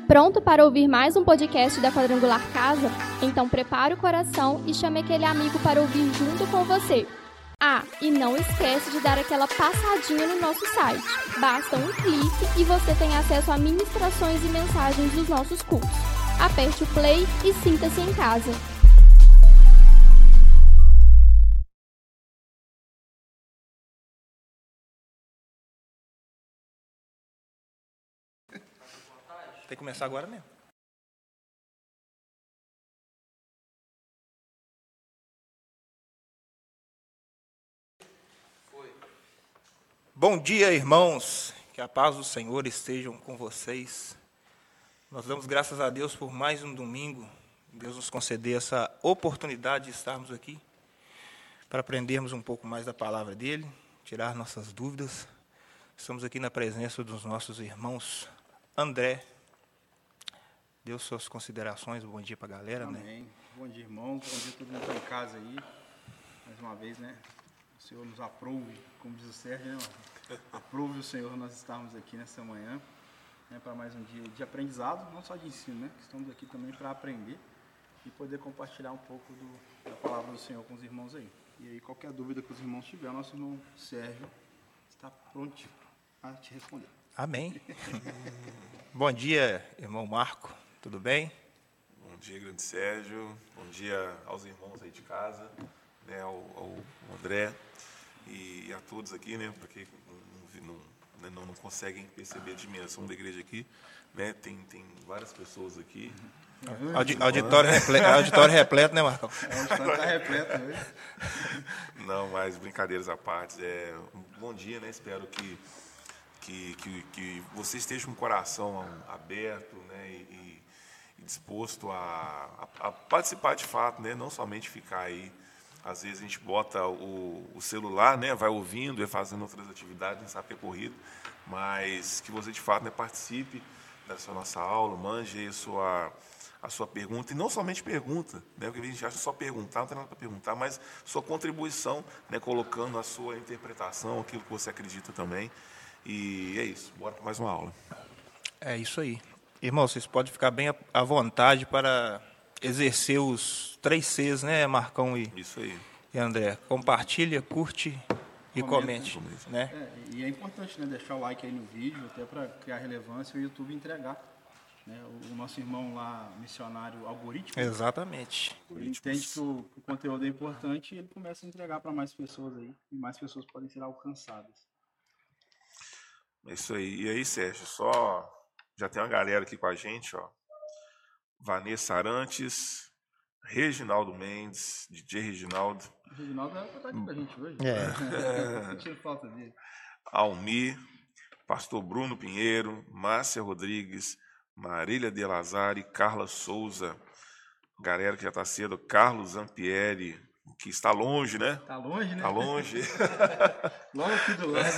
Pronto para ouvir mais um podcast da Quadrangular Casa? Então prepare o coração e chame aquele amigo para ouvir junto com você. Ah, e não esquece de dar aquela passadinha no nosso site. Basta um clique e você tem acesso a ministrações e mensagens dos nossos cultos. Aperte o play e sinta-se em casa. Tem que começar agora mesmo. Bom dia, irmãos. Que a paz do Senhor estejam com vocês. Nós damos graças a Deus por mais um domingo. Deus nos conceder essa oportunidade de estarmos aqui para aprendermos um pouco mais da palavra dele, tirar nossas dúvidas. Estamos aqui na presença dos nossos irmãos André. Deu suas considerações, bom dia para a galera. Amém. Né? Bom dia, irmão. Bom dia a todo mundo que está em casa aí. Mais uma vez, né? O Senhor nos aprove, como diz o Sérgio, né? Aprove o Senhor nós estarmos aqui nessa manhã, né, para mais um dia de aprendizado, não só de ensino, né? Estamos aqui também para aprender e poder compartilhar um pouco da palavra do Senhor com os irmãos aí. E aí, qualquer dúvida que os irmãos tiverem, nosso irmão Sérgio está pronto a te responder. Amém. Bom dia, irmão Marco. Tudo bem? Bom dia, grande Sérgio. Bom dia aos irmãos aí de casa, né, ao André e a todos aqui, né, para quem não conseguem perceber a dimensão da igreja aqui, né, tem várias pessoas aqui. Auditório repleto, né, Marcão? O auditório está repleto, né? Não, mas brincadeiras à parte. Um bom dia, né? Espero que você esteja com o coração aberto, né, e disposto a participar de fato, né, não somente ficar aí. Às vezes a gente bota o celular, né, vai ouvindo e fazendo outras atividades, nem sabe que é corrido, mas que você de fato, né, participe dessa nossa aula, mande aí a sua pergunta, e não somente pergunta, né, porque a gente acha só perguntar, não tem nada para perguntar, mas sua contribuição, né, colocando a sua interpretação, aquilo que você acredita também. E é isso, bora para mais uma aula. É isso aí. Irmão, vocês podem ficar bem à vontade para exercer os 3 Cs, né, Marcão Isso aí. E André? Compartilha, curte e comente. Né? E é importante, né, deixar o like aí no vídeo, até para criar relevância e o YouTube entregar. Né, o nosso irmão lá, missionário algoritmo. Exatamente. Ele entende que o conteúdo é importante e ele começa a entregar para mais pessoas aí, e mais pessoas podem ser alcançadas. É isso aí. E aí, Sérgio, já tem uma galera aqui com a gente, ó. Vanessa Arantes, Reginaldo Mendes, DJ Reginaldo. O Reginaldo era para estar aqui com a gente hoje. Sentindo falta dele. Almir, Pastor Bruno Pinheiro, Márcia Rodrigues, Marília de Lazari, Carla Souza, galera que já está cedo, Carlos Zampieri, que está longe, né? Está longe, né? Está longe. Logo aqui do lado.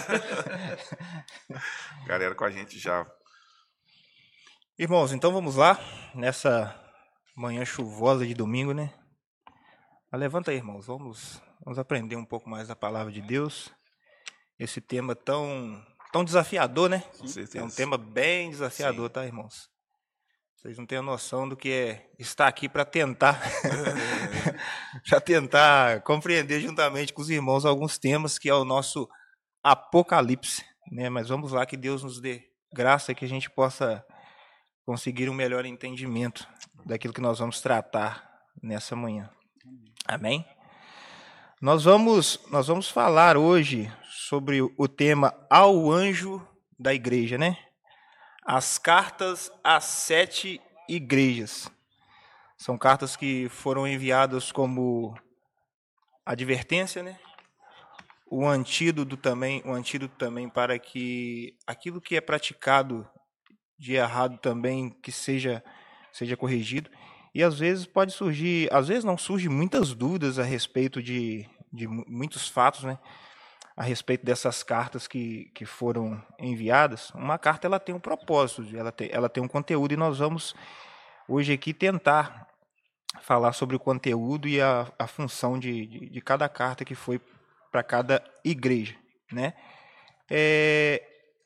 Galera com a gente já. Irmãos, então vamos lá, nessa manhã chuvosa de domingo, né? Levanta aí, irmãos, vamos aprender um pouco mais da palavra de Deus. Esse tema tão desafiador, né? Com certeza. É um tema bem desafiador, sim. Tá, irmãos? Vocês não têm a noção do que é estar aqui para tentar, compreender juntamente com os irmãos alguns temas que é o nosso Apocalipse, né? Mas vamos lá, que Deus nos dê graça, que a gente possa conseguir um melhor entendimento daquilo que nós vamos tratar nessa manhã. Amém? Nós vamos falar hoje sobre o tema Ao Anjo da Igreja, né? As cartas às 7 igrejas. São cartas que foram enviadas como advertência, né? O antídoto também para que aquilo que é praticado de errado também que seja corrigido. E às vezes não surge muitas dúvidas a respeito de muitos fatos, né? A respeito dessas cartas que foram enviadas. Uma carta ela tem um propósito, ela tem um conteúdo, e nós vamos hoje aqui tentar falar sobre o conteúdo e a função de cada carta que foi para cada igreja, né? É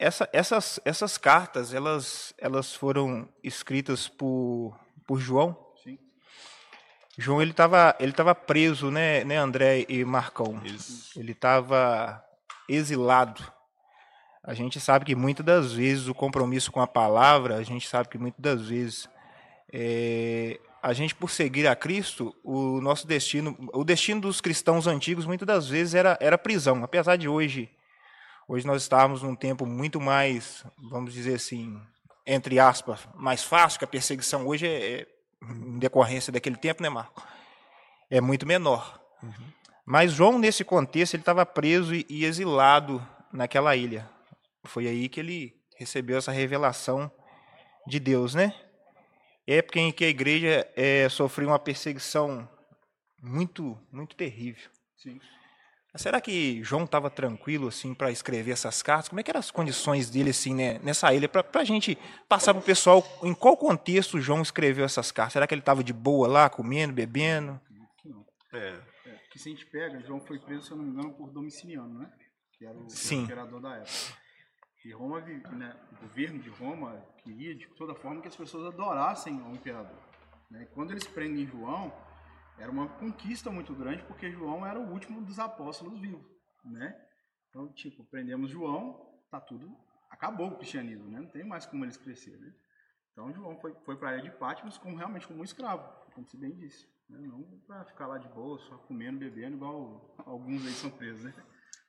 essas cartas, elas foram escritas por João. Sim. João, ele estava preso, né, André e Marcão? Isso. Ele estava exilado. A gente sabe que muitas das vezes o compromisso com a palavra, a gente sabe que muitas das vezes a gente, por seguir a Cristo, o nosso destino, o destino dos cristãos antigos, muitas das vezes era prisão. Apesar de hoje nós estamos num tempo muito mais, vamos dizer assim, entre aspas, mais fácil, que a perseguição hoje em decorrência daquele tempo, né, Marco? É muito menor. Uhum. Mas João, nesse contexto, ele estava preso e exilado naquela ilha. Foi aí que ele recebeu essa revelação de Deus, né? Época em que a igreja sofreu uma perseguição muito, muito terrível. Sim. Será que João estava tranquilo assim para escrever essas cartas? Como é que eram as condições dele assim, né, nessa ilha? Para a gente passar para o pessoal em qual contexto João escreveu essas cartas? Será que ele estava de boa lá, comendo, bebendo? Não. Porque se a gente pega, João foi preso, se eu não me engano, por Domiciano, né? Que era o imperador da época. E Roma, né, o governo de Roma queria de toda forma que as pessoas adorassem ao imperador. Né? Quando eles prendem João, era uma conquista muito grande, porque João era o último dos apóstolos vivos. Né? Então, tipo, prendemos João, tá tudo, acabou o cristianismo, né? Não tem mais como eles crescerem. Né? Então, João foi para a ilha de Patmos realmente como um escravo, como você bem disse. Né? Não para ficar lá de boa, só comendo, bebendo, igual alguns aí são presos, né?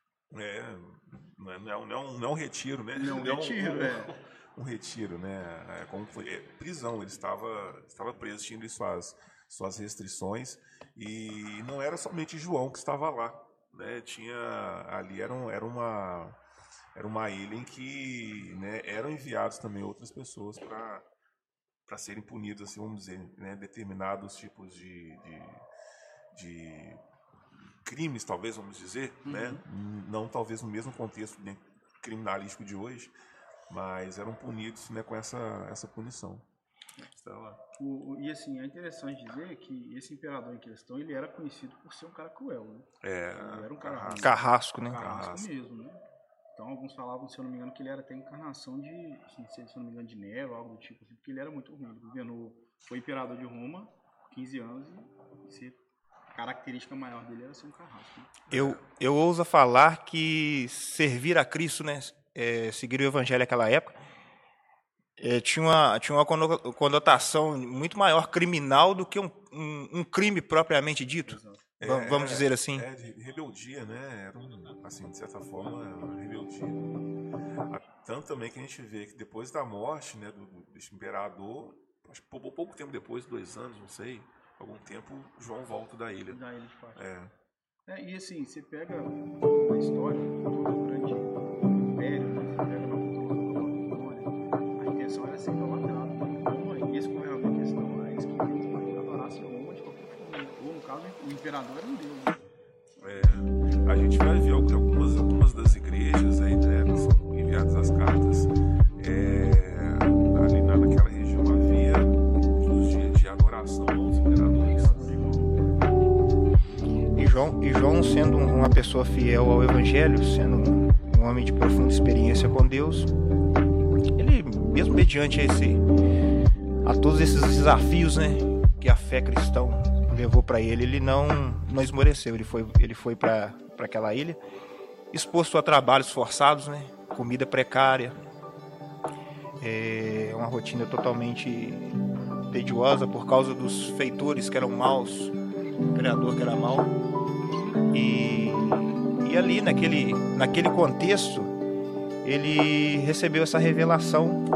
Não é um retiro, né? Não, um retiro, né? Como foi, prisão, ele estava preso, tinha suas restrições, e não era somente João que estava lá, né? Tinha ali era uma ilha em que, né, eram enviados também outras pessoas para serem punidas, assim, vamos dizer, né, determinados tipos de crimes, talvez, vamos dizer, né? Não talvez no mesmo contexto, né, criminalístico de hoje, mas eram punidos, né, com essa punição. E assim, é interessante dizer que esse imperador em questão, ele era conhecido por ser um cara cruel, né? Ele era um cara carrasco, né? Carrasco mesmo, né? Então alguns falavam, se eu não me engano, que ele era até encarnação de, se eu não me engano, de Nero, algo do tipo, assim, porque ele era muito ruim. Ele governou, foi imperador de Roma, 15 anos, e a característica maior dele era ser um carrasco. Né? Eu ouso falar que servir a Cristo, né, seguir o evangelho naquela época, tinha uma conotação muito maior criminal do que um crime propriamente dito. Vamos dizer assim. De rebeldia, né? Era assim, de certa forma, uma rebeldia. Tanto também que a gente vê que depois da morte, né, desse imperador, acho que pouco tempo depois, 2 anos, não sei, algum tempo, João volta da ilha. Da ilha de Patmos. E assim, você pega a história do grande império, né? Você pega na a intenção era ser idolatrado por Roma, e esse foi realmente a questão, eles queriam adorasse Roma de qualquer forma. Ou, no caso, o imperador era um deus. Né? A gente vai ver algumas das igrejas aí, né, que são enviadas as cartas, ali naquela região havia os dias de adoração aos imperadores. E João, sendo uma pessoa fiel ao evangelho, sendo um homem de profunda experiência com Deus, ele, mesmo mediante a todos esses desafios, né, que a fé cristã levou para ele não esmoreceu. Ele foi para aquela ilha, exposto a trabalhos forçados, né, comida precária, uma rotina totalmente tediosa por causa dos feitores que eram maus, o criador que era mau. E ali, naquele contexto, ele recebeu essa revelação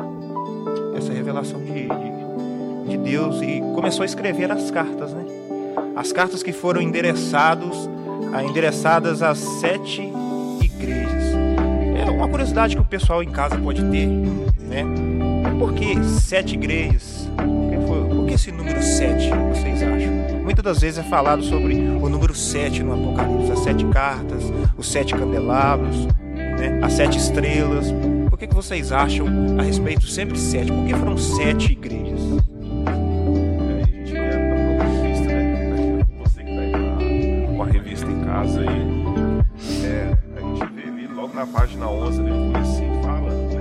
de Deus e começou a escrever as cartas, né? As cartas que foram endereçadas às 7 igrejas. É uma curiosidade que o pessoal em casa pode ter, né? Por que 7 igrejas? Por que esse número 7, vocês acham? Muitas das vezes é falado sobre o número 7 no Apocalipse, as 7 cartas, os 7 candelabros, né? As 7 estrelas. Por que vocês acham a respeito sempre 7? Por que foram 7 igrejas? A gente vê a própria revista, né? Você que está aí com a revista em casa aí, a gente vê ali logo na página 11, ali no comecinho, fala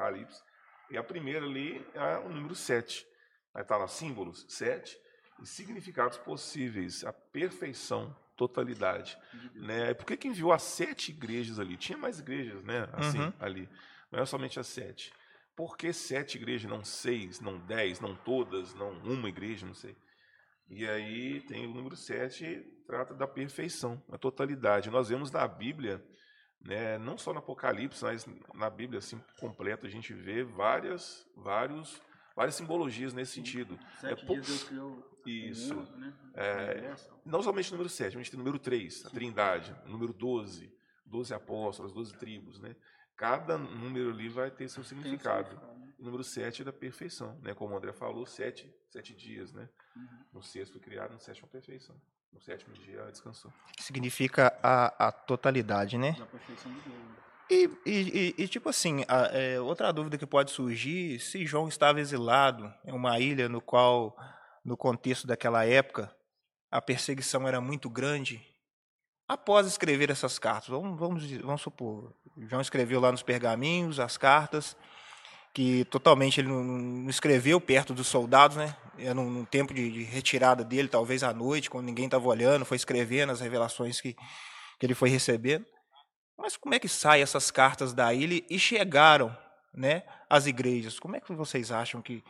Apocalipse. E a primeira ali é o número 7. Aí está lá, símbolos, 7, e significados possíveis, a perfeição, totalidade. Né? Por que enviou as 7 igrejas ali? Tinha mais igrejas, né? Assim, ali. Não é somente as 7. Por que 7 igrejas, não 6, não 10, não todas, não uma igreja, não sei. E aí tem o número 7, trata da perfeição, a totalidade. Nós vemos na Bíblia, né, não só no Apocalipse, mas na Bíblia assim completa, a gente vê várias simbologias nesse sentido. 7 dias Deus criou isso. o mundo, né? Não somente o número 7, a gente tem o número 3, a Trindade, o número 12, 12 apóstolos, 12 tribos, né? Cada número ali vai ter seu significado. O número 7 é da perfeição, né? Como o André falou, 7 dias, né? No sexto foi criado, no sétimo a perfeição. No sétimo dia descansou. Significa a totalidade, né? Da perfeição de Deus. E tipo assim, outra dúvida que pode surgir, se João estava exilado em uma ilha no qual, no contexto daquela época, a perseguição era muito grande, após escrever essas cartas, vamos supor, João escreveu lá nos pergaminhos as cartas, que totalmente ele não escreveu perto dos soldados, né? Era num tempo de retirada dele, talvez à noite, quando ninguém estava olhando, foi escrevendo as revelações que ele foi recebendo. Mas como é que saem essas cartas da ilha e chegaram, né, às igrejas? Como é que vocês acham que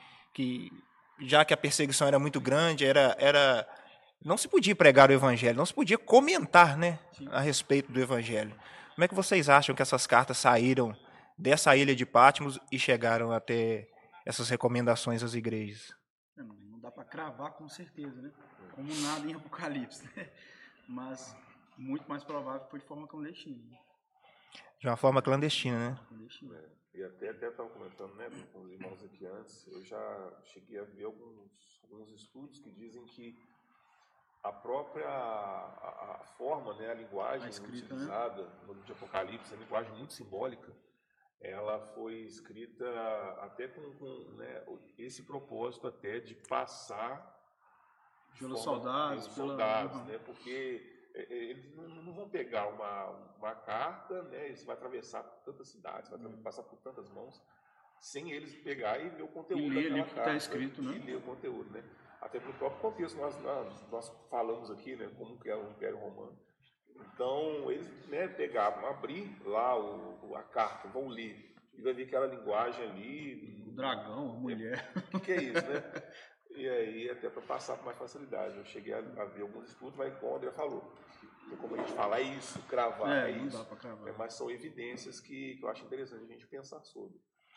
já que a perseguição era muito grande, não se podia pregar o evangelho, não se podia comentar, né, a respeito do evangelho. Como é que vocês acham que essas cartas saíram dessa ilha de Patmos e chegaram até essas recomendações às igrejas? Não dá para cravar com certeza, né? Como nada em Apocalipse, né? Mas muito mais provável que foi de forma clandestina. De uma forma clandestina, né? E até estava comentando, né, com os irmãos aqui antes, eu já cheguei a ver alguns estudos que dizem que a própria a forma, né, a linguagem escrita, utilizada, né, no livro de Apocalipse, a linguagem muito simbólica, ela foi escrita até com né, esse propósito até de passar pelos soldados, né, porque eles não vão pegar uma carta, né, eles vão atravessar tantas cidades, vai passar por tantas mãos, sem eles pegar e ver o conteúdo e ler daquela que carta. Está escrito, né? E ler o conteúdo, né? Até pelo próprio contexto, nós falamos aqui, né, como que é o Império Romano. Então, eles, né, pegavam, abrir lá a carta, vão ler, e vai ver aquela linguagem ali. O dragão, a mulher. O que é isso, né? E aí, até para passar com mais facilidade. Eu cheguei a ver alguns estudos, mas como o André falou, como a gente fala, é isso, cravar, não isso. Dá para cravar. Mas são evidências que eu acho interessante a gente pensar sobre.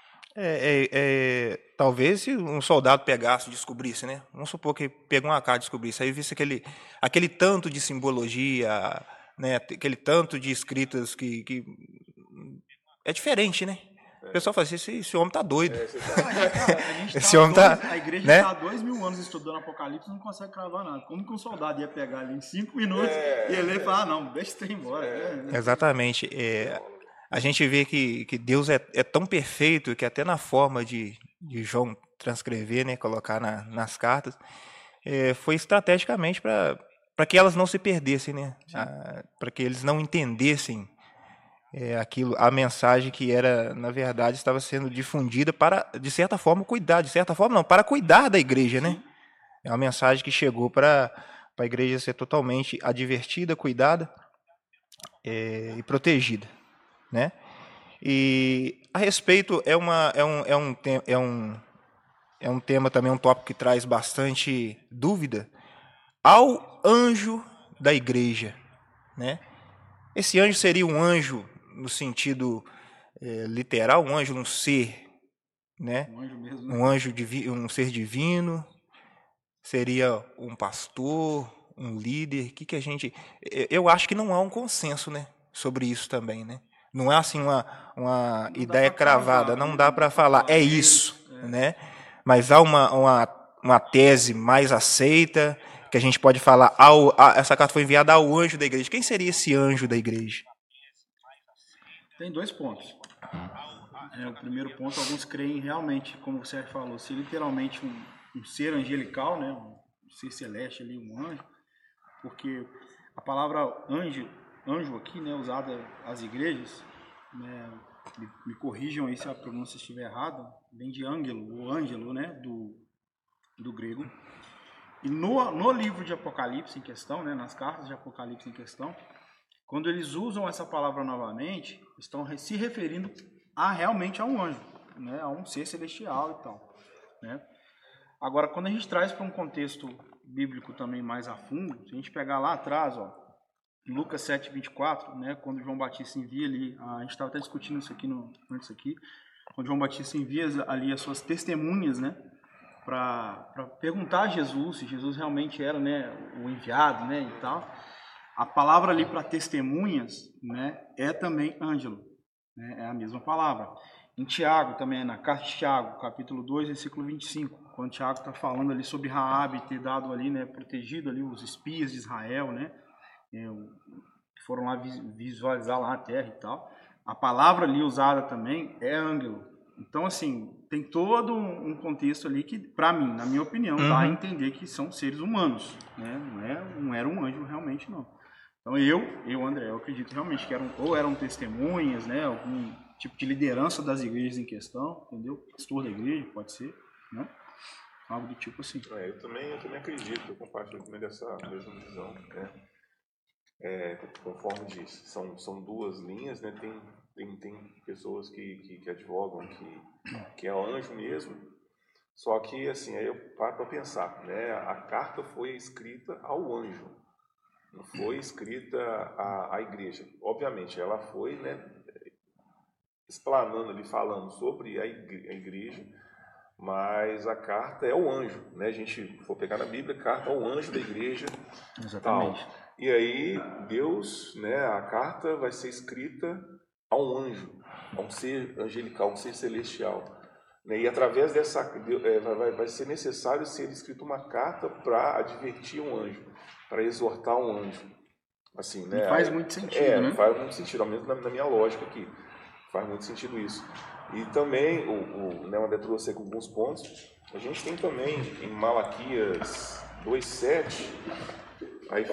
Talvez se um soldado pegasse e descobrisse, né? Vamos supor que pegou uma carta e descobrisse, aí visse aquele tanto de simbologia, né? Aquele tanto de escritas que é diferente, né? O pessoal fala assim, esse homem tá doido. Esse homem a igreja está há 2000 anos estudando Apocalipse e não consegue cravar nada. Como que um soldado ia pegar ali em 5 minutos e ele ia falar, não, deixa isso ir embora. Né? Exatamente. A gente vê que Deus é tão perfeito que até na forma de João transcrever, né, colocar nas cartas, foi estrategicamente para que elas não se perdessem, né? Para que eles não entendessem a mensagem que era, na verdade, estava sendo difundida para, de certa forma, para cuidar da igreja, né? É uma mensagem que chegou para a igreja ser totalmente advertida, cuidada e protegida, né? E a respeito é um tema também, um tópico que traz bastante dúvida ao anjo da igreja, né? Esse anjo seria um anjo no sentido literal, um anjo, um ser, né? Um anjo mesmo, né? Um anjo um ser divino, seria um pastor, um líder. Que a gente? Eu acho que não há um consenso, né, sobre isso também, né? Não é assim uma ideia cravada, não dá para falar é isso, né? Mas há uma tese mais aceita que a gente pode falar. Essa carta foi enviada ao anjo da igreja. Quem seria esse anjo da igreja? Tem 2 pontos. O primeiro ponto, alguns creem realmente, como você falou, se literalmente um ser angelical, né, um ser celeste ali, um anjo, porque a palavra anjo aqui, né, usada às igrejas, né, me corrijam aí se a pronúncia estiver errada, vem de ângelo, o ângelo, né, do grego. E no livro de Apocalipse em questão, né, nas cartas de Apocalipse em questão, quando eles usam essa palavra novamente, estão se referindo realmente a um anjo, né, a um ser celestial e tal, né? Agora, quando a gente traz para um contexto bíblico também mais a fundo, se a gente pegar lá atrás, ó, Lucas 7:24, né, quando João Batista envia ali, a gente estava até discutindo isso aqui antes aqui, quando João Batista envia ali as suas testemunhas, né, para perguntar a Jesus se Jesus realmente era, né, o enviado, né, e tal. A palavra ali para testemunhas, né, é também ângelo, né, é a mesma palavra. Em Tiago também, na carta de Tiago, capítulo 2, versículo 25, quando Tiago está falando ali sobre Raabe ter dado ali, né, protegido ali os espias de Israel, né, que foram lá visualizar lá a terra e tal. A palavra ali usada também é ângelo. Então, assim, tem todo um contexto ali que, para mim, na minha opinião, dá a entender que são seres humanos, né? Não era um anjo realmente, não. Então, André, eu acredito realmente que eram testemunhas, né? Algum tipo de liderança das igrejas em questão, entendeu? Pastor da igreja, pode ser, né? Algo do tipo assim. Eu também acredito, eu compartilho também dessa mesma visão, né? Conforme disse, são duas linhas, né? Tem pessoas que advogam que é o anjo mesmo, só que assim, aí eu paro para pensar, né? A carta foi escrita ao anjo, não foi escrita à igreja. Obviamente, ela foi, né, explanando ali, falando sobre a igreja, mas a carta é o anjo, né? A gente for pegar na Bíblia, a carta é o anjo da igreja. Exatamente. Tal. E aí, Deus, né, a carta vai ser escrita a um anjo, a um ser angelical, um ser celestial. Né? E através dessa, vai ser necessário ser escrita uma carta para advertir um anjo, para exortar um anjo. Assim, né? E faz muito sentido, né? Faz muito sentido, ao menos na minha lógica aqui. Faz muito sentido isso. E também, o André trouxe aqui alguns pontos. A gente tem também em Malaquias 2:7, aí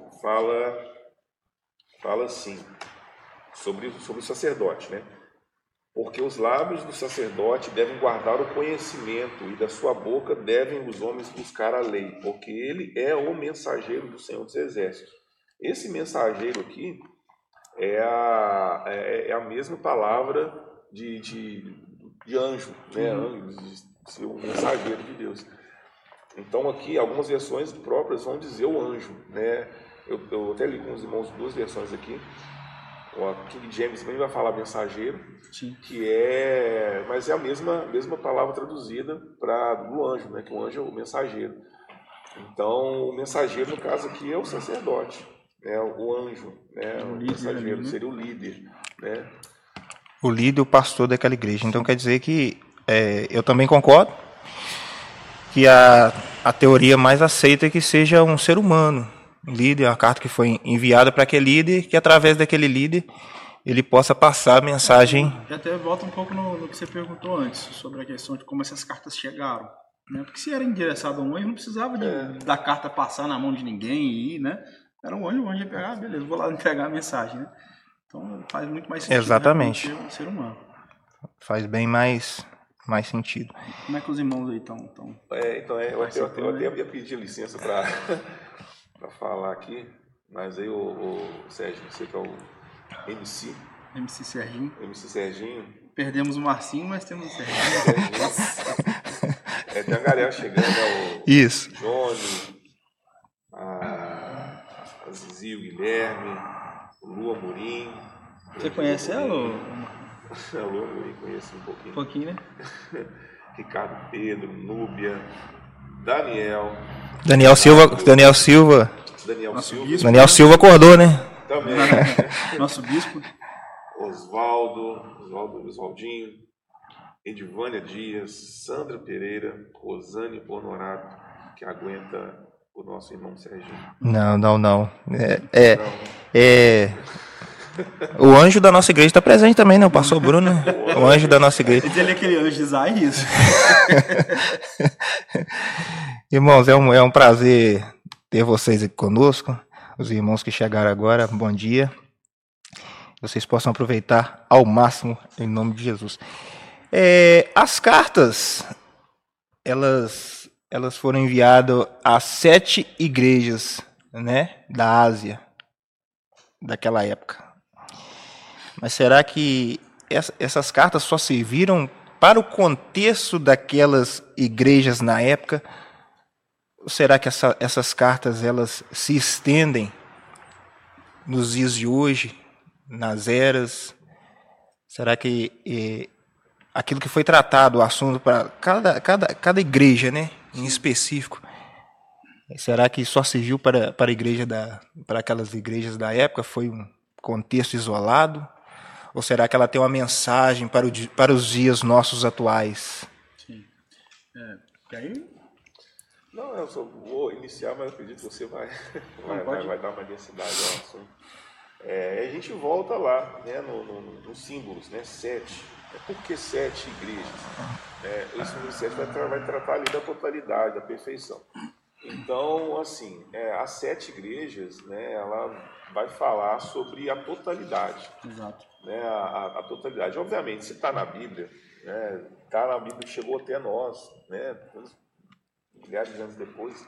fala assim, sobre o sacerdote, né? Porque os lábios do sacerdote devem guardar o conhecimento, e da sua boca devem os homens buscar a lei, porque ele é o mensageiro do Senhor dos Exércitos. Esse mensageiro aqui é a mesma palavra de anjo, né? De ser o mensageiro de Deus. Então aqui algumas versões próprias vão dizer o anjo, né? Eu até li com os irmãos duas versões aqui. A King James também vai falar mensageiro, Sim. Mas é a mesma palavra traduzida para o anjo, né? Que o anjo é o mensageiro. Então o mensageiro no caso aqui é o sacerdote, né? O anjo, né? O mensageiro seria o líder, né? O líder, o pastor daquela igreja. Então quer dizer que eu também concordo que a teoria mais aceita é que seja um ser humano, um líder, uma carta que foi enviada para aquele líder, que através daquele líder ele possa passar a mensagem. E até volta um pouco no que você perguntou antes, sobre a questão de como essas cartas chegaram, né? Porque se era endereçado a um anjo, não precisava da carta passar na mão de ninguém e ir, né? Era um anjo, o anjo ia pegar, beleza, vou lá entregar a mensagem, né? Então faz muito mais sentido. Exatamente. Ser um ser humano. Faz bem mais sentido. Como é que os irmãos aí estão? Eu até ia pedir licença para falar aqui, mas aí o Sérgio, você que é o MC Serginho. MC Serginho. Perdemos o Marcinho, mas temos o Serginho. Tem a galera chegando, né? Isso. Johnny, a Zizi, o Guilherme, o Lu Amorim. Você conhece ela? A Lu Amorim conheço um pouquinho. Um pouquinho, né? Ricardo Pedro, Núbia, Daniel Silva. Bispo, Daniel Silva acordou, né? Também. Nosso bispo. Oswaldinho, Edivânia Dias, Sandra Pereira, Rosane Honorato, que aguenta o nosso irmão Serginho. Não. O anjo da nossa igreja está presente também, né? O pastor Bruno, o anjo da nossa igreja. Ele é aquele anjo de Isaías. Irmãos, é um prazer ter vocês aqui conosco, os irmãos que chegaram agora, bom dia. vocês possam aproveitar ao máximo, em nome de Jesus. As cartas, elas foram enviadas a 7 igrejas, né, da Ásia, daquela época. Mas será que essas cartas só serviram para o contexto daquelas igrejas na época? Ou será que essas cartas elas se estendem nos dias de hoje, nas eras? Será que aquilo que foi tratado, o assunto para cada igreja, né, em específico, será que só serviu para a igreja para aquelas igrejas da época? Foi um contexto isolado? Ou será que ela tem uma mensagem para os dias nossos atuais? Sim. E aí? Não, eu só vou iniciar, mas eu acredito que você vai dar uma densidade ao assunto. A gente volta lá, né, nos símbolos, né, 7. Por que 7 igrejas? Esse número 7 vai tratar ali da totalidade, da perfeição. Então, assim, as 7 igrejas, né, ela vai falar sobre a totalidade. Exato. Né, a totalidade. Obviamente, se está na Bíblia, né, está na Bíblia que chegou até nós, né, milhares de anos depois,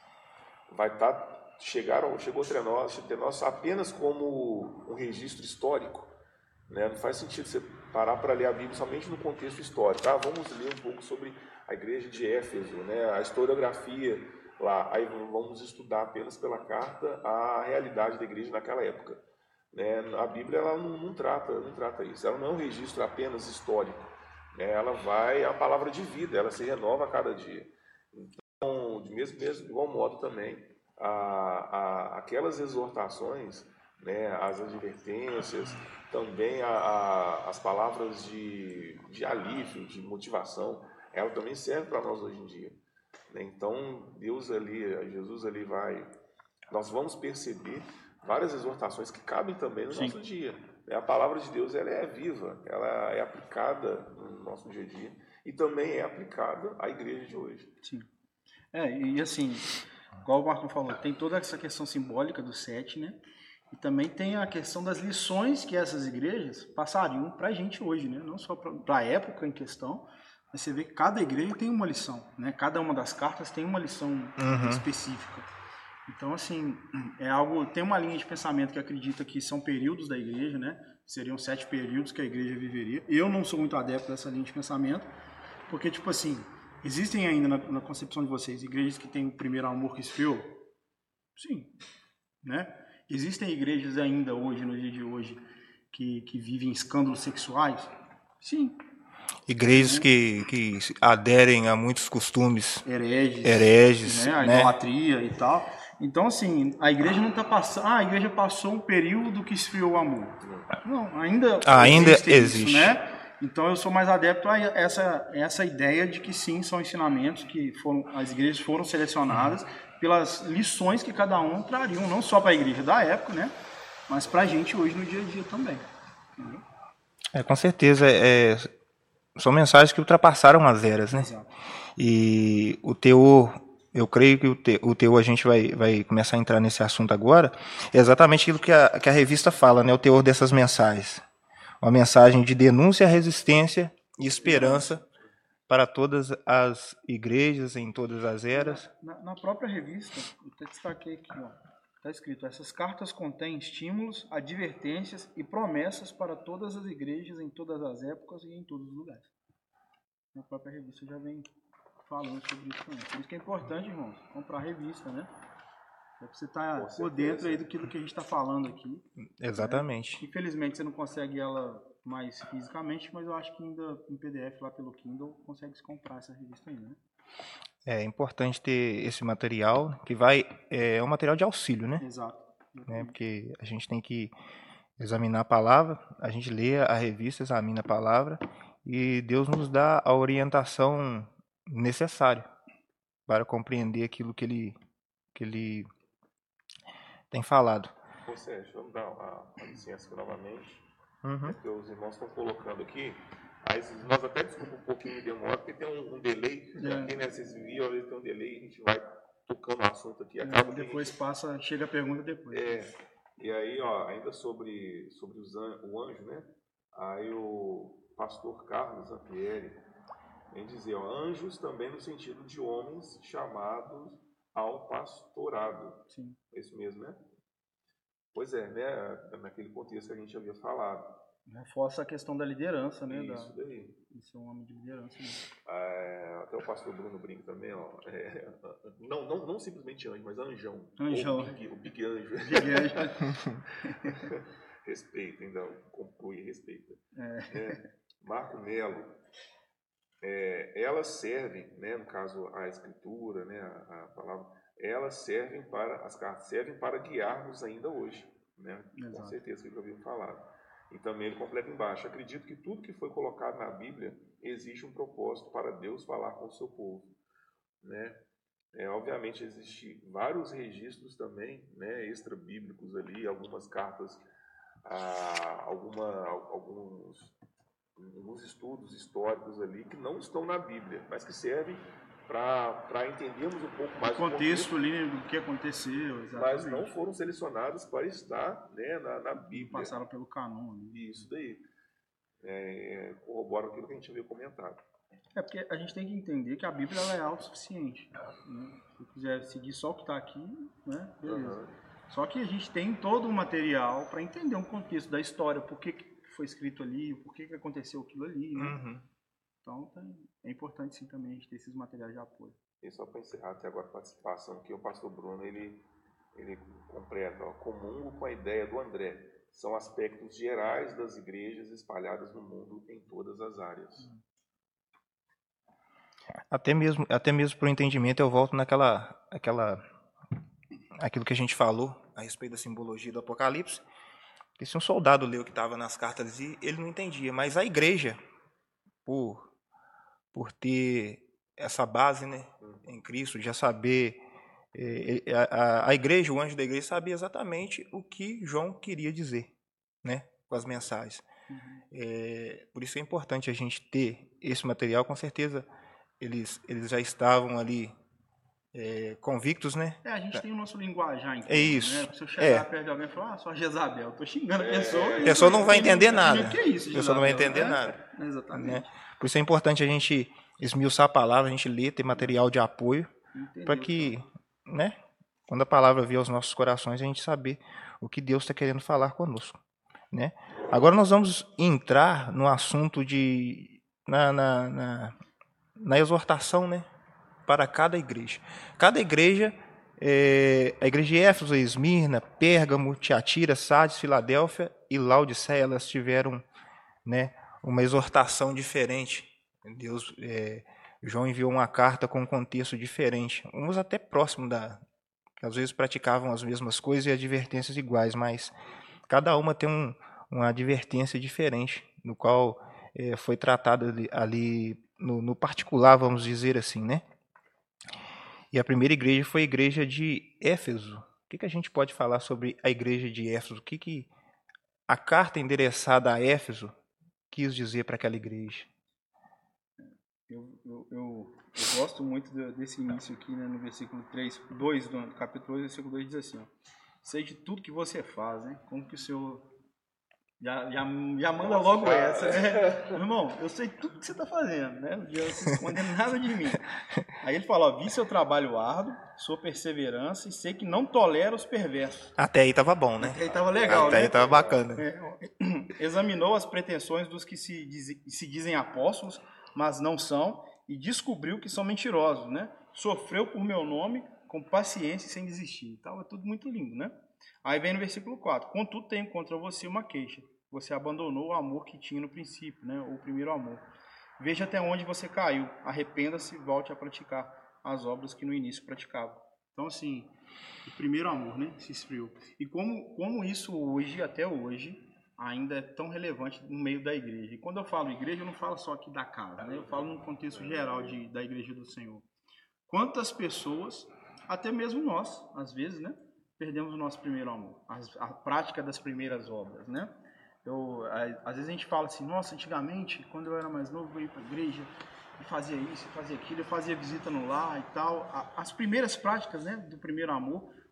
chegou até nós apenas como um registro histórico. Né? Não faz sentido você parar para ler a Bíblia somente no contexto histórico. Vamos ler um pouco sobre a igreja de Éfeso, né? A historiografia lá. Aí vamos estudar apenas pela carta a realidade da igreja naquela época. Né? A Bíblia ela não trata isso. Ela não é um registro apenas histórico. Né? Ela é a palavra de vida, ela se renova a cada dia. Então, de igual modo também, aquelas exortações, né, as advertências, também as palavras de alívio, de motivação, ela também serve para nós hoje em dia. Né? Então, Jesus ali nós vamos perceber várias exortações que cabem também no nosso dia. A palavra de Deus ela é viva, ela é aplicada no nosso dia a dia e também é aplicada à igreja de hoje. Sim. E assim, igual o Marco falou, tem toda essa questão simbólica do 7, né? E também tem a questão das lições que essas igrejas passariam para a gente hoje, né? Não só para a época em questão, mas você vê que cada igreja tem uma lição, né? Cada uma das cartas tem uma lição específica. Então, assim, tem uma linha de pensamento que acredita que são períodos da igreja, né? Seriam 7 períodos que a igreja viveria. Eu não sou muito adepto dessa linha de pensamento, porque, tipo assim, existem ainda na concepção de vocês igrejas que têm o primeiro amor que esfriou? Sim, né? Existem igrejas ainda hoje, no dia de hoje, que vivem escândalos sexuais? Sim. Igrejas que aderem a muitos costumes hereges, né? A idolatria e tal. Então, assim, a igreja não está passando... a igreja passou um período que esfriou o amor. Não, ainda existe. Isso, né? Então, eu sou mais adepto a essa ideia de que, sim, são ensinamentos que as igrejas foram selecionadas pelas lições que cada um trariam, não só para a igreja da época, né? Mas para a gente hoje no dia a dia também. Entendeu? Com certeza. São mensagens que ultrapassaram as eras, né? Exato. E o teor... Eu creio que o teor, a gente vai começar a entrar nesse assunto agora, é exatamente aquilo que a revista fala, né? O teor dessas mensagens. Uma mensagem de denúncia, resistência e esperança para todas as igrejas, em todas as eras. Na própria revista, eu até destaquei aqui, está escrito: essas cartas contêm estímulos, advertências e promessas para todas as igrejas, em todas as épocas e em todos os lugares. Na própria revista já vem falando sobre isso também. Por isso que é importante, irmão, comprar a revista, né? Para você estar por dentro aí do que a gente está falando aqui. Exatamente. Né? Infelizmente você não consegue ela mais fisicamente, mas eu acho que ainda em PDF lá pelo Kindle consegue se comprar essa revista ainda, né? É importante ter esse material, que é um material de auxílio, né? Exato. Né? Porque a gente tem que examinar a palavra, a gente lê a revista, examina a palavra, e Deus nos dá a orientação necessária para compreender aquilo que ele tem falado. Ou seja, vamos dar uma licença aqui novamente, porque os irmãos estão colocando aqui, aí nós até desculpa um pouquinho de demora, porque tem um delay, aqui, né, vocês viram, às vezes tem um delay, a gente vai tocando o assunto aqui, acaba depois chega a pergunta depois. E aí, ó, ainda sobre o anjo, né? Aí o pastor Carlos Zampieri vem dizer, ó, anjos também no sentido de homens chamados ao pastorado. Sim. É isso mesmo, né? Pois é, né? Naquele contexto que a gente havia falado. Reforça a questão da liderança, né? Isso daí. Isso é um homem de liderança. Até o pastor Bruno brinca também, ó. Não simplesmente anjo, mas anjão. Anjão. O big anjo. Big anjo. Respeita, ainda conclui e respeita. Marco Melo. Elas servem, né, no caso a escritura, né, a palavra, as cartas servem para guiar-nos ainda hoje, né? Com certeza que eu ouvi falar. E também ele completa embaixo, acredito que tudo que foi colocado na Bíblia existe um propósito para Deus falar com o seu povo, né? Obviamente existem vários registros também, né, extra-bíblicos ali, algumas cartas, alguns estudos históricos ali que não estão na Bíblia, mas que servem para entendermos um pouco mais o contexto ali do que aconteceu, exatamente. Mas não foram selecionadas para estar, né, na Bíblia. Passaram pelo canon. Né? Isso daí. Corrobora aquilo que a gente havia comentado. Porque a gente tem que entender que a Bíblia ela é autossuficiente. Né? Se quiser seguir só o que está aqui, né? Beleza. Só que a gente tem todo o material para entender um contexto da história, por que foi escrito ali, por que aconteceu aquilo ali, né? Então é importante sim também a gente ter esses materiais de apoio. E só para encerrar até agora a participação, que o pastor Bruno ele completa, ó, comungo com a ideia do André. São aspectos gerais das igrejas espalhadas no mundo em todas as áreas. Até mesmo para o entendimento, eu volto aquilo que a gente falou a respeito da simbologia do Apocalipse. Que se um soldado leu o que estava nas cartas, ele não entendia, mas a igreja, por ter essa base, né, em Cristo, já saber, a igreja, o anjo da igreja sabia exatamente o que João queria dizer, né, com as mensagens. Por isso é importante a gente ter esse material. Com certeza eles já estavam ali convictos, né? A gente tem o nosso linguajar, então, isso. Né? Se eu chegar perto de alguém e falar, sou a Jezabel, estou xingando a pessoa. A pessoa não vai entender nada. O que é isso, a pessoa não vai entender nada. Exatamente. Né? Por isso é importante a gente esmiuçar a palavra, a gente ler, ter material de apoio, para que, né, quando a palavra vier aos nossos corações, a gente saber o que Deus está querendo falar conosco. Né? Agora nós vamos entrar no assunto na exortação, né, para cada igreja. Cada igreja, a igreja de Éfeso, Esmirna, Pérgamo, Tiatira, Sardes, Filadélfia e Laodiceia, elas tiveram, né, uma exortação diferente. João enviou uma carta com um contexto diferente. Uns até próximo que às vezes praticavam as mesmas coisas e advertências iguais, mas cada uma tem uma advertência diferente, no qual foi tratada ali no particular, vamos dizer assim, né? E a primeira igreja foi a igreja de Éfeso. O que a gente pode falar sobre a igreja de Éfeso? O que a carta endereçada a Éfeso quis dizer para aquela igreja? Eu gosto muito desse início aqui, né, no versículo 2 do capítulo 2, versículo 2 diz assim, ó, sei de tudo que você faz, né? Como que o Senhor já manda logo essa, né? Irmão, eu sei tudo que você está fazendo, né? Não adianta você esconder nada de mim. Aí ele fala, ó, vi seu trabalho árduo, sua perseverança e sei que não tolera os perversos. Até aí estava bom, né? Até aí estava legal, até né? Aí estava bacana. Examinou as pretensões dos que se dizem apóstolos, mas não são, e descobriu que são mentirosos, né? Sofreu por meu nome com paciência e sem desistir. Então, é tudo muito lindo, né? Aí vem no versículo 4. Contudo, tenho contra você uma queixa. Você abandonou o amor que tinha no princípio, né? O primeiro amor. Veja até onde você caiu. Arrependa-se e volte a praticar as obras que no início praticava. Então, assim, o primeiro amor, né? Se esfriou. E como isso hoje, até hoje, ainda é tão relevante no meio da igreja. E quando eu falo igreja, eu não falo só aqui da casa, né? Eu falo num contexto geral da igreja do Senhor. Quantas pessoas, até mesmo nós, às vezes, né? Perdemos o nosso primeiro amor, a prática das primeiras obras, né? Às vezes a gente fala assim, nossa, antigamente, quando eu era mais novo, eu ia para a igreja e fazia isso, fazia aquilo, eu fazia visita no lar e tal. As primeiras práticas, né, do primeiro amor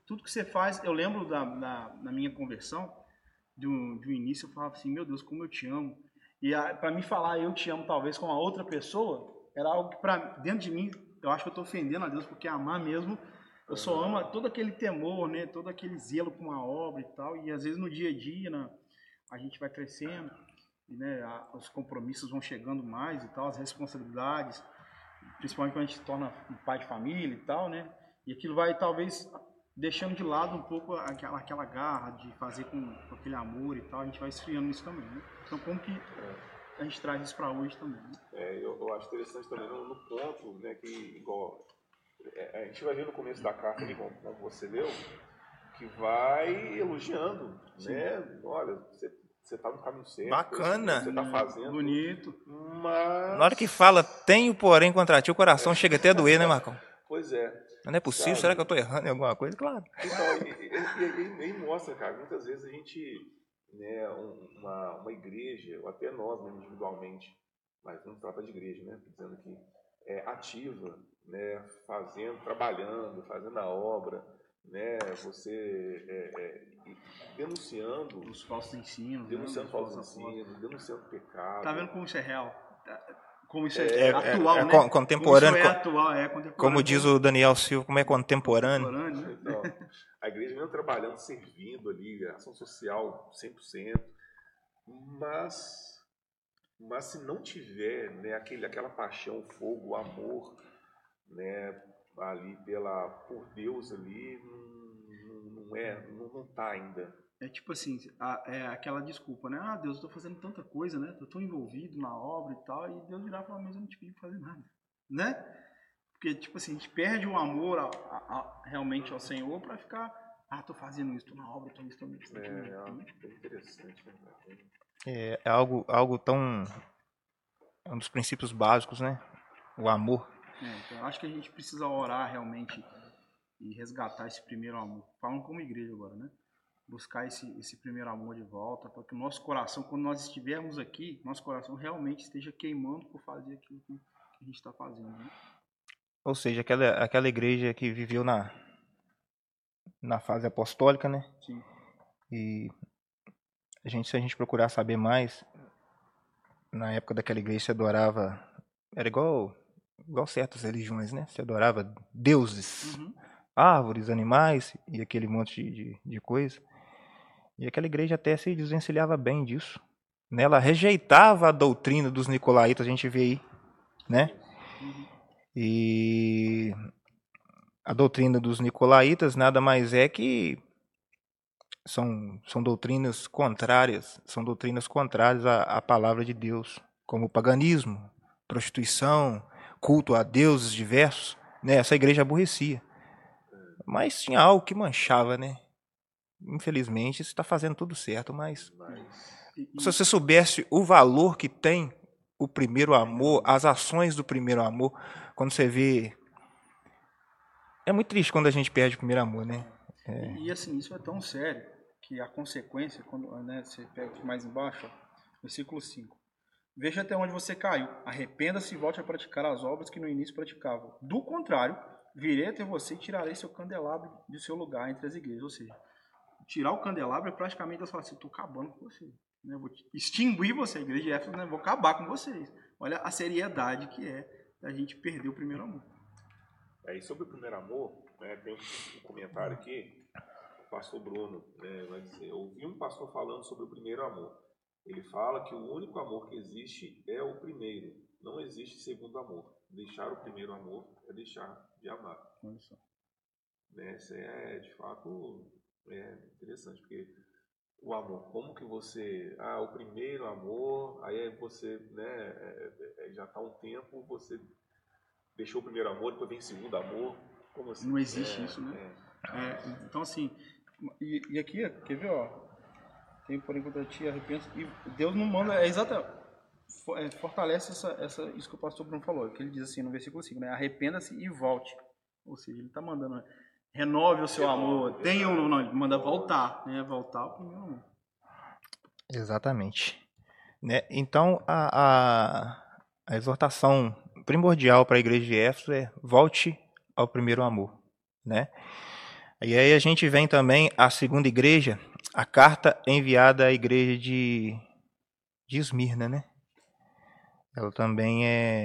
tudo que você faz, eu lembro na minha conversão, de um início, eu falava assim, meu Deus, como eu te amo. E para mim falar eu te amo, talvez, com a outra pessoa, era algo que, dentro de mim, eu acho que eu estou ofendendo a Deus, porque amar mesmo, eu só amo todo aquele temor, né? Todo aquele zelo com a obra e tal. E às vezes no dia a dia, né, a gente vai crescendo, e, né, os compromissos vão chegando mais e tal, as responsabilidades, principalmente quando a gente se torna um pai de família e tal, né? E aquilo vai talvez deixando de lado um pouco aquela garra de fazer com aquele amor e tal, a gente vai esfriando isso também, né? Então como que a gente traz isso para hoje também, né? Eu acho interessante também no ponto, né, que igual a gente vai ver no começo da carta ali, como você leu, que vai elogiando, né? Olha, você tá no caminho certo. Bacana. Você tá fazendo. Bonito. Mas... Na hora que fala, tenho porém contra ti, o coração chega até a doer, né, Marcão? Pois é. Não é possível, sabe? será que eu estou errando em alguma coisa? Claro. Então, e mostra, cara, muitas vezes a gente, né, uma igreja, ou até nós né, individualmente, mas não trata de igreja, né, dizendo que é ativa, né, trabalhando, fazendo a obra, né, você denunciando os falsos ensinos, denunciando pecado. Tá vendo como isso é real? Como isso é atual, né? Contemporâneo. Como isso é atual, contemporâneo. Como diz o Daniel Silva, como é contemporâneo. Né? Então, a igreja mesmo trabalhando, servindo ali, ação social 100%, mas se não tiver, né, aquela paixão, fogo, amor, né, ali por Deus ali, não tá ainda. É tipo assim, aquela desculpa, né? Ah, Deus, eu tô fazendo tanta coisa, né? Tô tão envolvido na obra e tal, e Deus virar e falar, mas eu não te pedi pra fazer nada, né? Porque, tipo assim, a gente perde o amor realmente ao Senhor pra ficar, tô fazendo isso, tô na obra, tô nisso, tô nisso. É interessante, né? É algo tão... É um dos princípios básicos, né? O amor. Então, eu acho que a gente precisa orar realmente e resgatar esse primeiro amor. Falando como igreja agora, né? Buscar esse primeiro amor de volta, para que o nosso coração, quando nós estivermos aqui, nosso coração realmente esteja queimando por fazer aquilo que a gente está fazendo, né? Ou seja, aquela igreja que viveu na fase apostólica, né? Sim. E se a gente procurar saber mais, na época daquela igreja se adorava, era igual certas religiões, né? Se adorava deuses, árvores, animais e aquele monte de coisa. E aquela igreja até se desvencilhava bem disso. Né? Ela rejeitava a doutrina dos nicolaítas, a gente vê aí, né? E a doutrina dos nicolaítas nada mais é que são doutrinas contrárias, à palavra de Deus, como o paganismo, prostituição, culto a deuses diversos, né? Essa igreja aborrecia. Mas tinha algo que manchava, né? Infelizmente, você está fazendo tudo certo, mas se você soubesse o valor que tem o primeiro amor, as ações do primeiro amor, quando você vê... É muito triste quando a gente perde o primeiro amor, né? E assim, isso é tão sério que a consequência, quando, né, você pega aqui mais embaixo, ó, versículo 5. Veja até onde você caiu. Arrependa-se e volte a praticar as obras que no início praticava. Do contrário, virei até você e tirarei seu candelabro de seu lugar entre as igrejas. Ou seja, tirar o candelabro é praticamente eu falar assim, estou acabando com você. Né? Vou extinguir você, a igreja de Éfeso, né? Vou acabar com vocês. Olha a seriedade que é a gente perder o primeiro amor. E sobre o primeiro amor, né, tem um comentário aqui, o pastor Bruno, né, vai dizer, eu ouvi um pastor falando sobre o primeiro amor. Ele fala que o único amor que existe é o primeiro. Não existe segundo amor. Deixar o primeiro amor é deixar de amar. Né, isso de fato, interessante, porque o amor, como que você... o primeiro amor, aí você, né, já está um tempo, você deixou o primeiro amor, depois vem o segundo amor. Como assim? Não existe isso, né? Então, assim, e aqui, quer ver, ó, tem por enquanto a ti, arrepende, e Deus não manda, fortalece isso que o pastor Bruno falou, que ele diz assim no versículo 5, né? Arrependa-se e volte. Ou seja, ele está mandando, renove o seu amor, ele manda voltar, né? Voltar ao primeiro amor. Exatamente. Né? Então, a exortação primordial para a igreja de Éfeso é volte ao primeiro amor, né? E aí a gente vem também à segunda igreja, a carta enviada à igreja de Esmirna, né? Ela também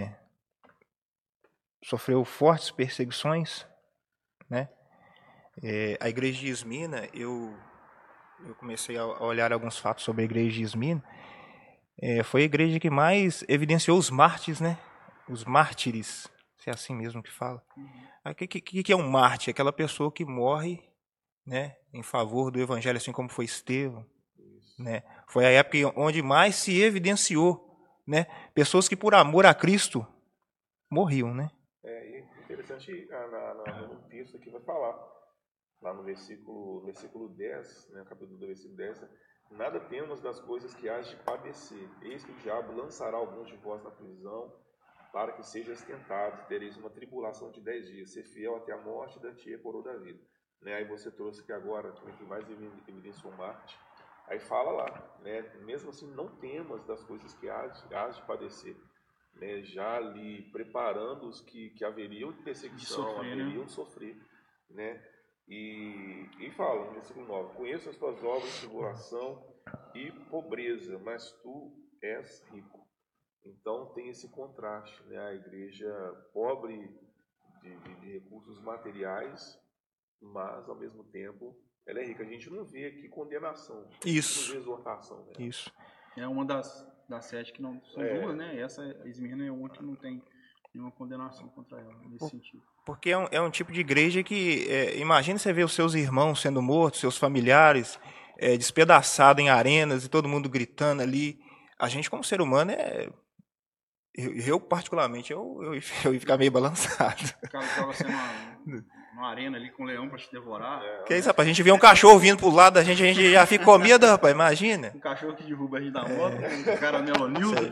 sofreu fortes perseguições, né? A igreja de Esmirna, eu comecei a olhar alguns fatos sobre a igreja de Esmirna. Foi a igreja que mais evidenciou os mártires, né? Os mártires, se é assim mesmo que fala. O que é um mártir? Aquela pessoa que morre, né, em favor do evangelho, assim como foi Estevão, né? Foi a época onde mais se evidenciou, né, pessoas que por amor a Cristo morriam, né? E interessante, no texto aqui vai falar, lá no versículo 10, né, capítulo 2, versículo 10, nada temos das coisas que hás de padecer, eis que o diabo lançará alguns de vós na prisão, para que sejas tentados, tereis uma tribulação de 10 dias, ser fiel até a morte, dar-te-ei a coroa da vida. Né? Aí você trouxe que agora, que mais evidenciou Marte, aí fala lá, né? Mesmo assim não temas das coisas que hás de padecer, né? Já ali preparando os que haveriam de perseguição, haveriam de sofrer, né? E fala no versículo 9, conheço as tuas obras, tribulação e pobreza, mas tu és rico. Então tem esse contraste, né? A igreja pobre de recursos materiais, mas ao mesmo tempo ela é rica. A gente não vê aqui condenação, Isso. não vê exortação. Né? Isso. É uma das 7 que não são duas, né? Essa Esmirna é uma que não tem nenhuma condenação contra ela nesse sentido. Porque é um tipo de igreja que, imagina você ver os seus irmãos sendo mortos, seus familiares despedaçados em arenas e todo mundo gritando ali. A gente como ser humano eu particularmente, eu ia ficar meio balançado. O cara estava sendo uma arena ali com um leão para te devorar. Que isso, rapaz? A gente vê um cachorro vindo pro lado da gente, a gente já fica com medo, rapaz, imagina. Um cachorro que derruba a gente da moto, um caramelo Nilton.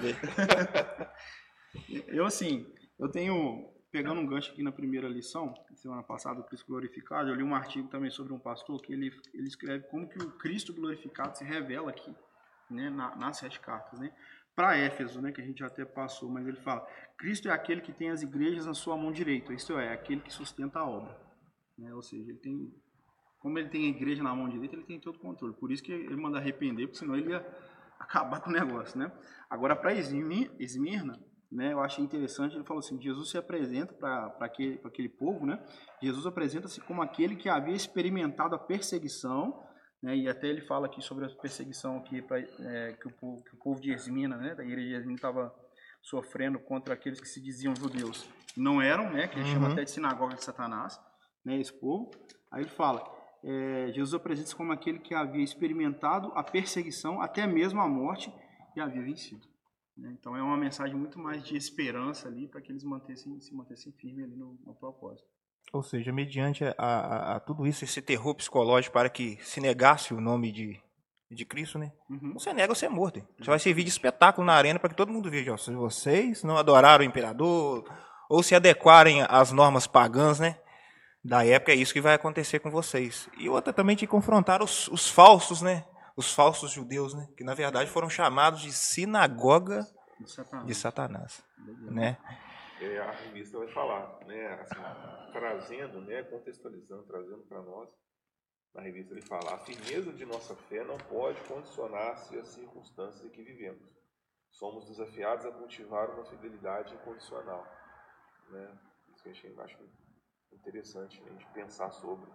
Eu tenho, pegando um gancho aqui na primeira lição, semana passada, o Cristo Glorificado, eu li um artigo também sobre um pastor que ele escreve como que o Cristo Glorificado se revela aqui, né, nas 7 cartas, né? Para Éfeso, né, que a gente até passou, mas ele fala, Cristo é aquele que tem as igrejas na sua mão direita, isto é, aquele que sustenta a obra. Né? Ou seja, como ele tem a igreja na mão direita, ele tem todo o controle. Por isso que ele manda arrepender, porque senão ele ia acabar com o negócio. Né? Agora, para Esmirna, né, eu achei interessante, ele falou assim, Jesus se apresenta para aquele povo, né? Jesus apresenta-se como aquele que havia experimentado a perseguição, né, e até ele fala aqui sobre a perseguição aqui, que o povo de Esmirna, né, da igreja de Esmirna, estava sofrendo contra aqueles que se diziam judeus. Não eram, né, que ele chama até de sinagoga de Satanás, né, esse povo. Aí ele fala, Jesus apresenta-se como aquele que havia experimentado a perseguição, até mesmo a morte, e havia vencido. Né? Então é uma mensagem muito mais de esperança ali, para que eles se mantessem firmes ali no propósito. Ou seja, mediante a tudo isso, esse terror psicológico para que se negasse o nome de Cristo, né? Você nega, você é morto. Você vai servir de espetáculo na arena para que todo mundo veja. Se vocês não adoraram o imperador ou se adequarem às normas pagãs, né, da época, é isso que vai acontecer com vocês. E outra também de confrontar os falsos, né? Os falsos judeus, né? Que na verdade foram chamados de sinagoga de Satanás. Né? A revista vai falar, né, assim, trazendo, né, contextualizando, trazendo para nós, na revista ele fala, a firmeza de nossa fé não pode condicionar-se às circunstâncias em que vivemos. Somos desafiados a cultivar uma fidelidade incondicional. Né? Isso que eu acho interessante, né, a gente pensar sobre.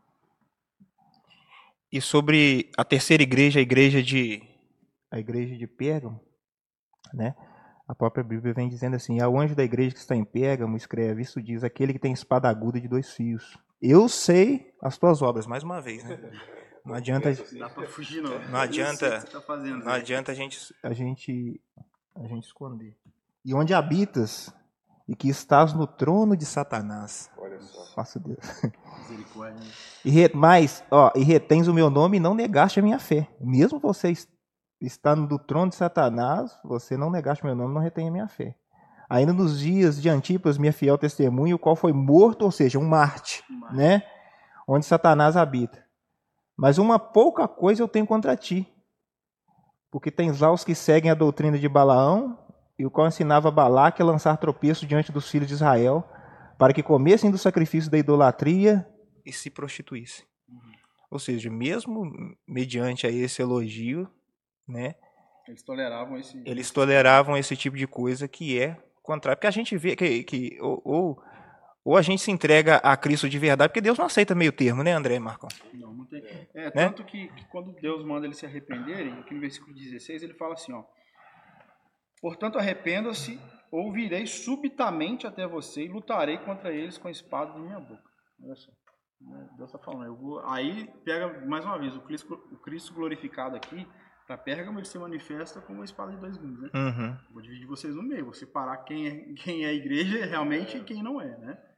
E sobre a terceira igreja, a igreja de Pérgamo, né? A própria Bíblia vem dizendo assim, ao anjo da igreja que está em Pérgamo, escreve, isso diz, aquele que tem espada aguda de 2 fios. Eu sei as tuas obras, mais uma vez, né? Não adianta, dá para fugir, não. Não adianta, tá fazendo, não adianta a gente esconder. E onde habitas e que estás no trono de Satanás. Olha só. Faço Deus. Misericórdia. E retens o meu nome e não negaste a minha fé. Mesmo você estando do trono de Satanás, você não negaste meu nome, não retém a minha fé. Ainda nos dias de Antipas, minha fiel testemunha, o qual foi morto, ou seja, um Marte, né? Onde Satanás habita. Mas uma pouca coisa eu tenho contra ti, porque tens lá os que seguem a doutrina de Balaão, e o qual ensinava Balaque a lançar tropeço diante dos filhos de Israel, para que comessem do sacrifício da idolatria e se prostituíssem. Ou seja, mesmo mediante aí esse elogio, né, eles toleravam esse tipo de coisa que é contrário. Porque a gente vê que ou a gente se entrega a Cristo de verdade, porque Deus não aceita meio termo, né, André e Marcão? Não tem. Né? Tanto que quando Deus manda eles se arrependerem, aqui no versículo 16, ele fala assim, ó: portanto, arrependa-se, ou virei subitamente até você e lutarei contra eles com a espada de minha boca. Olha só. Deus está falando. Aí pega mais uma vez o Cristo glorificado aqui. Para Pérgamo, ele se manifesta como uma espada de dois gumes, né? Uhum. Vou dividir vocês no meio, vou separar quem é a igreja realmente e quem não é, né?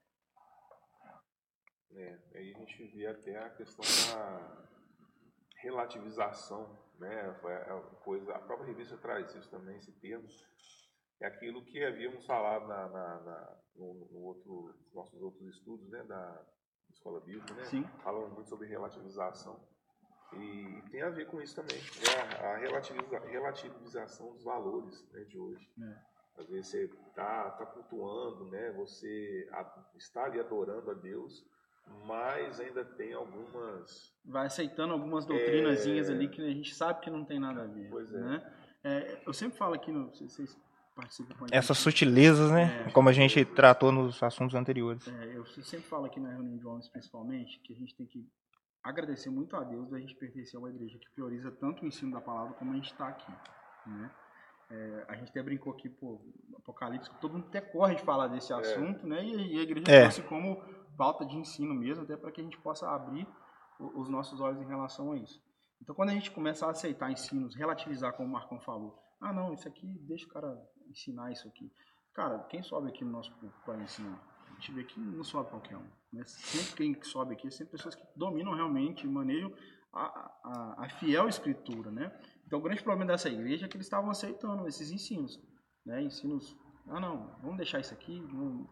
Aí a gente vê até a questão da relativização, né? A própria revista traz isso também, esse termo. É aquilo que havíamos falado nos nossos outros estudos, né? Da escola bíblica, né? Sim. Falam muito sobre relativização. E tem a ver com isso também, a relativização dos valores, né, de hoje. Às vezes você está cultuando, né, você está ali adorando a Deus, mas ainda tem algumas... Vai aceitando algumas doutrinazinhas ali que a gente sabe que não tem nada a ver. Pois é. Né? Eu sempre falo aqui, vocês participam com a gente. Essas sutilezas, né, como a gente tratou nos assuntos anteriores. Eu sempre falo aqui na reunião de homens, principalmente, que a gente tem que agradecer muito a Deus da gente pertencer a uma igreja que prioriza tanto o ensino da palavra como a gente está aqui, né? A gente até brincou aqui, Apocalipse, que todo mundo até corre de falar desse assunto, né? E a igreja trouxe como pauta de ensino mesmo, até para que a gente possa abrir os nossos olhos em relação a isso. Então, quando a gente começa a aceitar ensinos, relativizar, como o Marcão falou, não, isso aqui, deixa o cara ensinar isso aqui. Cara, quem sobe aqui no nosso público para ensinar? A gente vê que não sobe qualquer um. Né? Sempre quem sobe aqui é sempre pessoas que dominam realmente, manejam a fiel escritura. Né? Então, o grande problema dessa igreja é que eles estavam aceitando esses ensinos. Né? Ensinos, não, vamos deixar isso aqui.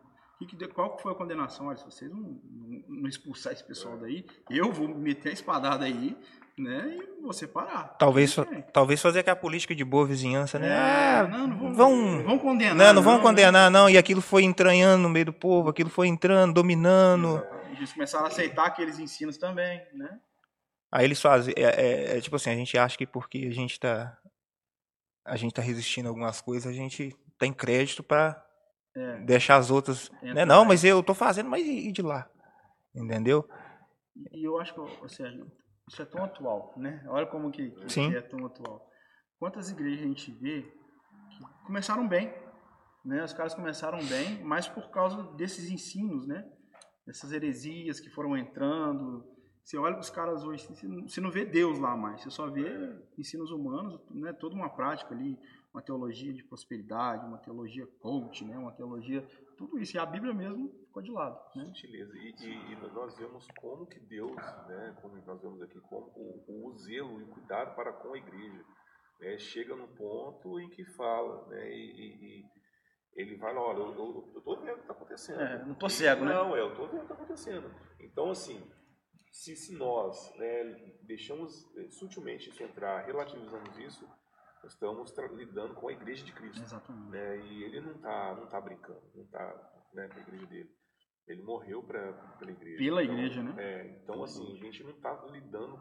Qual foi a condenação? Olha, se vocês não expulsar esse pessoal daí, eu vou meter a espadada aí, né, e vou separar. Talvez fazer aquela política de boa vizinhança, né? Não vão condenar. Não vão condenar, não. E aquilo foi entranhando no meio do povo, aquilo foi entrando, dominando. Eles começaram a aceitar aqueles ensinos também, né? Aí eles fazem, tipo assim, a gente acha que porque a gente tá resistindo a algumas coisas, a gente tem crédito para deixar as outras, né? Não, mas eu tô fazendo, mas e de lá? Entendeu? E eu acho que, Sérgio, isso é tão atual, né? Olha como que é tão atual. Quantas igrejas a gente vê que começaram bem, né? Os caras começaram bem, mas por causa desses ensinos, né? Dessas heresias que foram entrando. Você olha para os caras hoje, você não vê Deus lá mais, você só vê ensinos humanos, né? Toda uma prática ali, uma teologia de prosperidade, uma teologia coach, né? Uma teologia, tudo isso. E a Bíblia mesmo ficou de lado. Né? Sutileza. E nós vemos como que Deus, né? Como nós vemos aqui, como o zelo e o cuidado para com a igreja, né? Chega no ponto em que fala, né? E ele fala, olha, eu estou vendo o que está acontecendo. Não estou cego, né? Não, eu estou vendo o que está acontecendo. Então, assim, se nós, né, deixamos sutilmente isso entrar, relativizamos isso, nós estamos lidando com a igreja de Cristo. Exatamente. Né? E ele não tá brincando, não está, né, com a igreja dele. Ele morreu pela igreja. Pela igreja, né? Então, assim, a gente não está lidando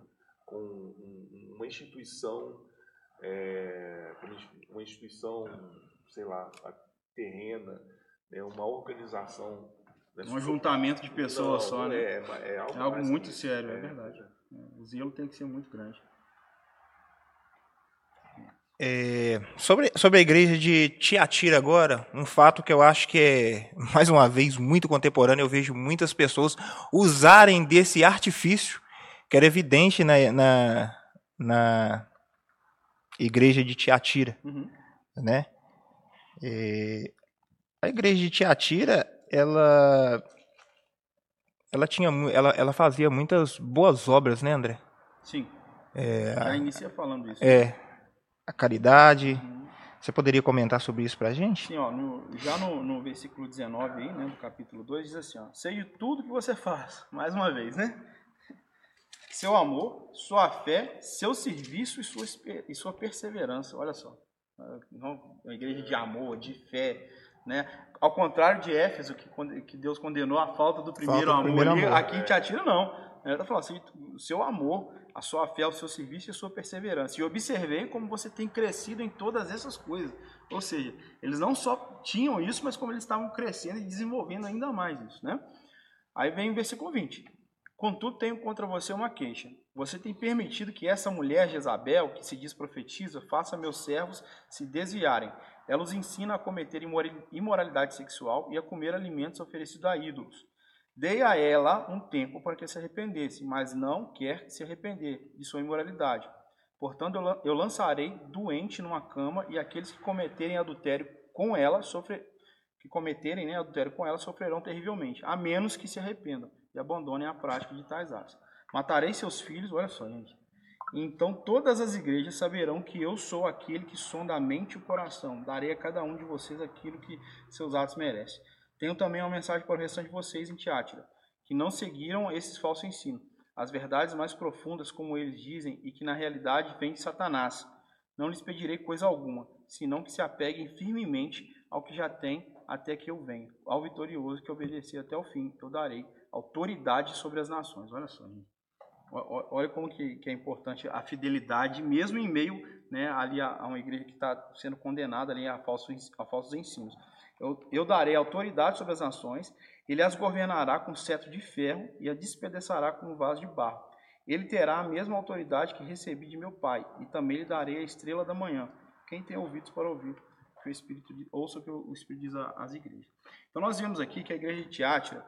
com uma instituição, sei lá, terrena, né, uma organização. Né, um ajuntamento de pessoas só, né? É algo muito sério, é verdade. O zelo tem que ser muito grande. Sobre a igreja de Tiatira agora, um fato que eu acho que é, mais uma vez, muito contemporâneo, eu vejo muitas pessoas usarem desse artifício, que era evidente na igreja de Tiatira. Né? A igreja de Tiatira, ela fazia muitas boas obras, né, André? Sim. Já inicia falando isso. A caridade. Você poderia comentar sobre isso pra gente? Sim, ó, já no versículo 19 aí, né, do capítulo 2, diz assim, ó: sei de tudo que você faz, mais uma vez, né? Seu amor, sua fé, seu serviço e sua perseverança. Olha só. Uma igreja de amor, de fé, né? Ao contrário de Éfeso, que Deus condenou a falta do primeiro amor. Aqui te atira não. Ele está falando assim, o seu amor, a sua fé, o seu serviço e a sua perseverança. E observei como você tem crescido em todas essas coisas. Ou seja, eles não só tinham isso, mas como eles estavam crescendo e desenvolvendo ainda mais isso, né? Aí vem o versículo 20. Contudo, tenho contra você uma queixa. Você tem permitido que essa mulher Jezabel, que se diz profetiza, faça meus servos se desviarem. Ela os ensina a cometer imoralidade sexual e a comer alimentos oferecidos a ídolos. Dei a ela um tempo para que se arrependesse, mas não quer se arrepender de sua imoralidade. Portanto, eu lançarei doente numa cama e aqueles que cometerem adultério com ela sofrerão terrivelmente, a menos que se arrependam e abandonem a prática de tais atos. Matarei seus filhos, olha só, gente. Então todas as igrejas saberão que eu sou aquele que sonda a mente e o coração. Darei a cada um de vocês aquilo que seus atos merecem. Tenho também uma mensagem para o restante de vocês em Tiátira, que não seguiram esses falsos ensinos, as verdades mais profundas, como eles dizem, e que na realidade vêm de Satanás. Não lhes pedirei coisa alguma, senão que se apeguem firmemente ao que já têm até que eu venha. Ao vitorioso que obedecer até o fim, eu darei autoridade sobre as nações. Olha só, gente. Olha como que é importante a fidelidade, mesmo em meio, né, ali a uma igreja que está sendo condenada ali a falsos ensinos. Eu darei autoridade sobre as nações, ele as governará com cetro de ferro e a despedaçará com um vaso de barro. Ele terá a mesma autoridade que recebi de meu Pai, e também lhe darei a estrela da manhã. Quem tem ouvidos para ouvir, que o Espírito ouça o que o Espírito diz às igrejas. Então nós vemos aqui que a igreja de Tiátira,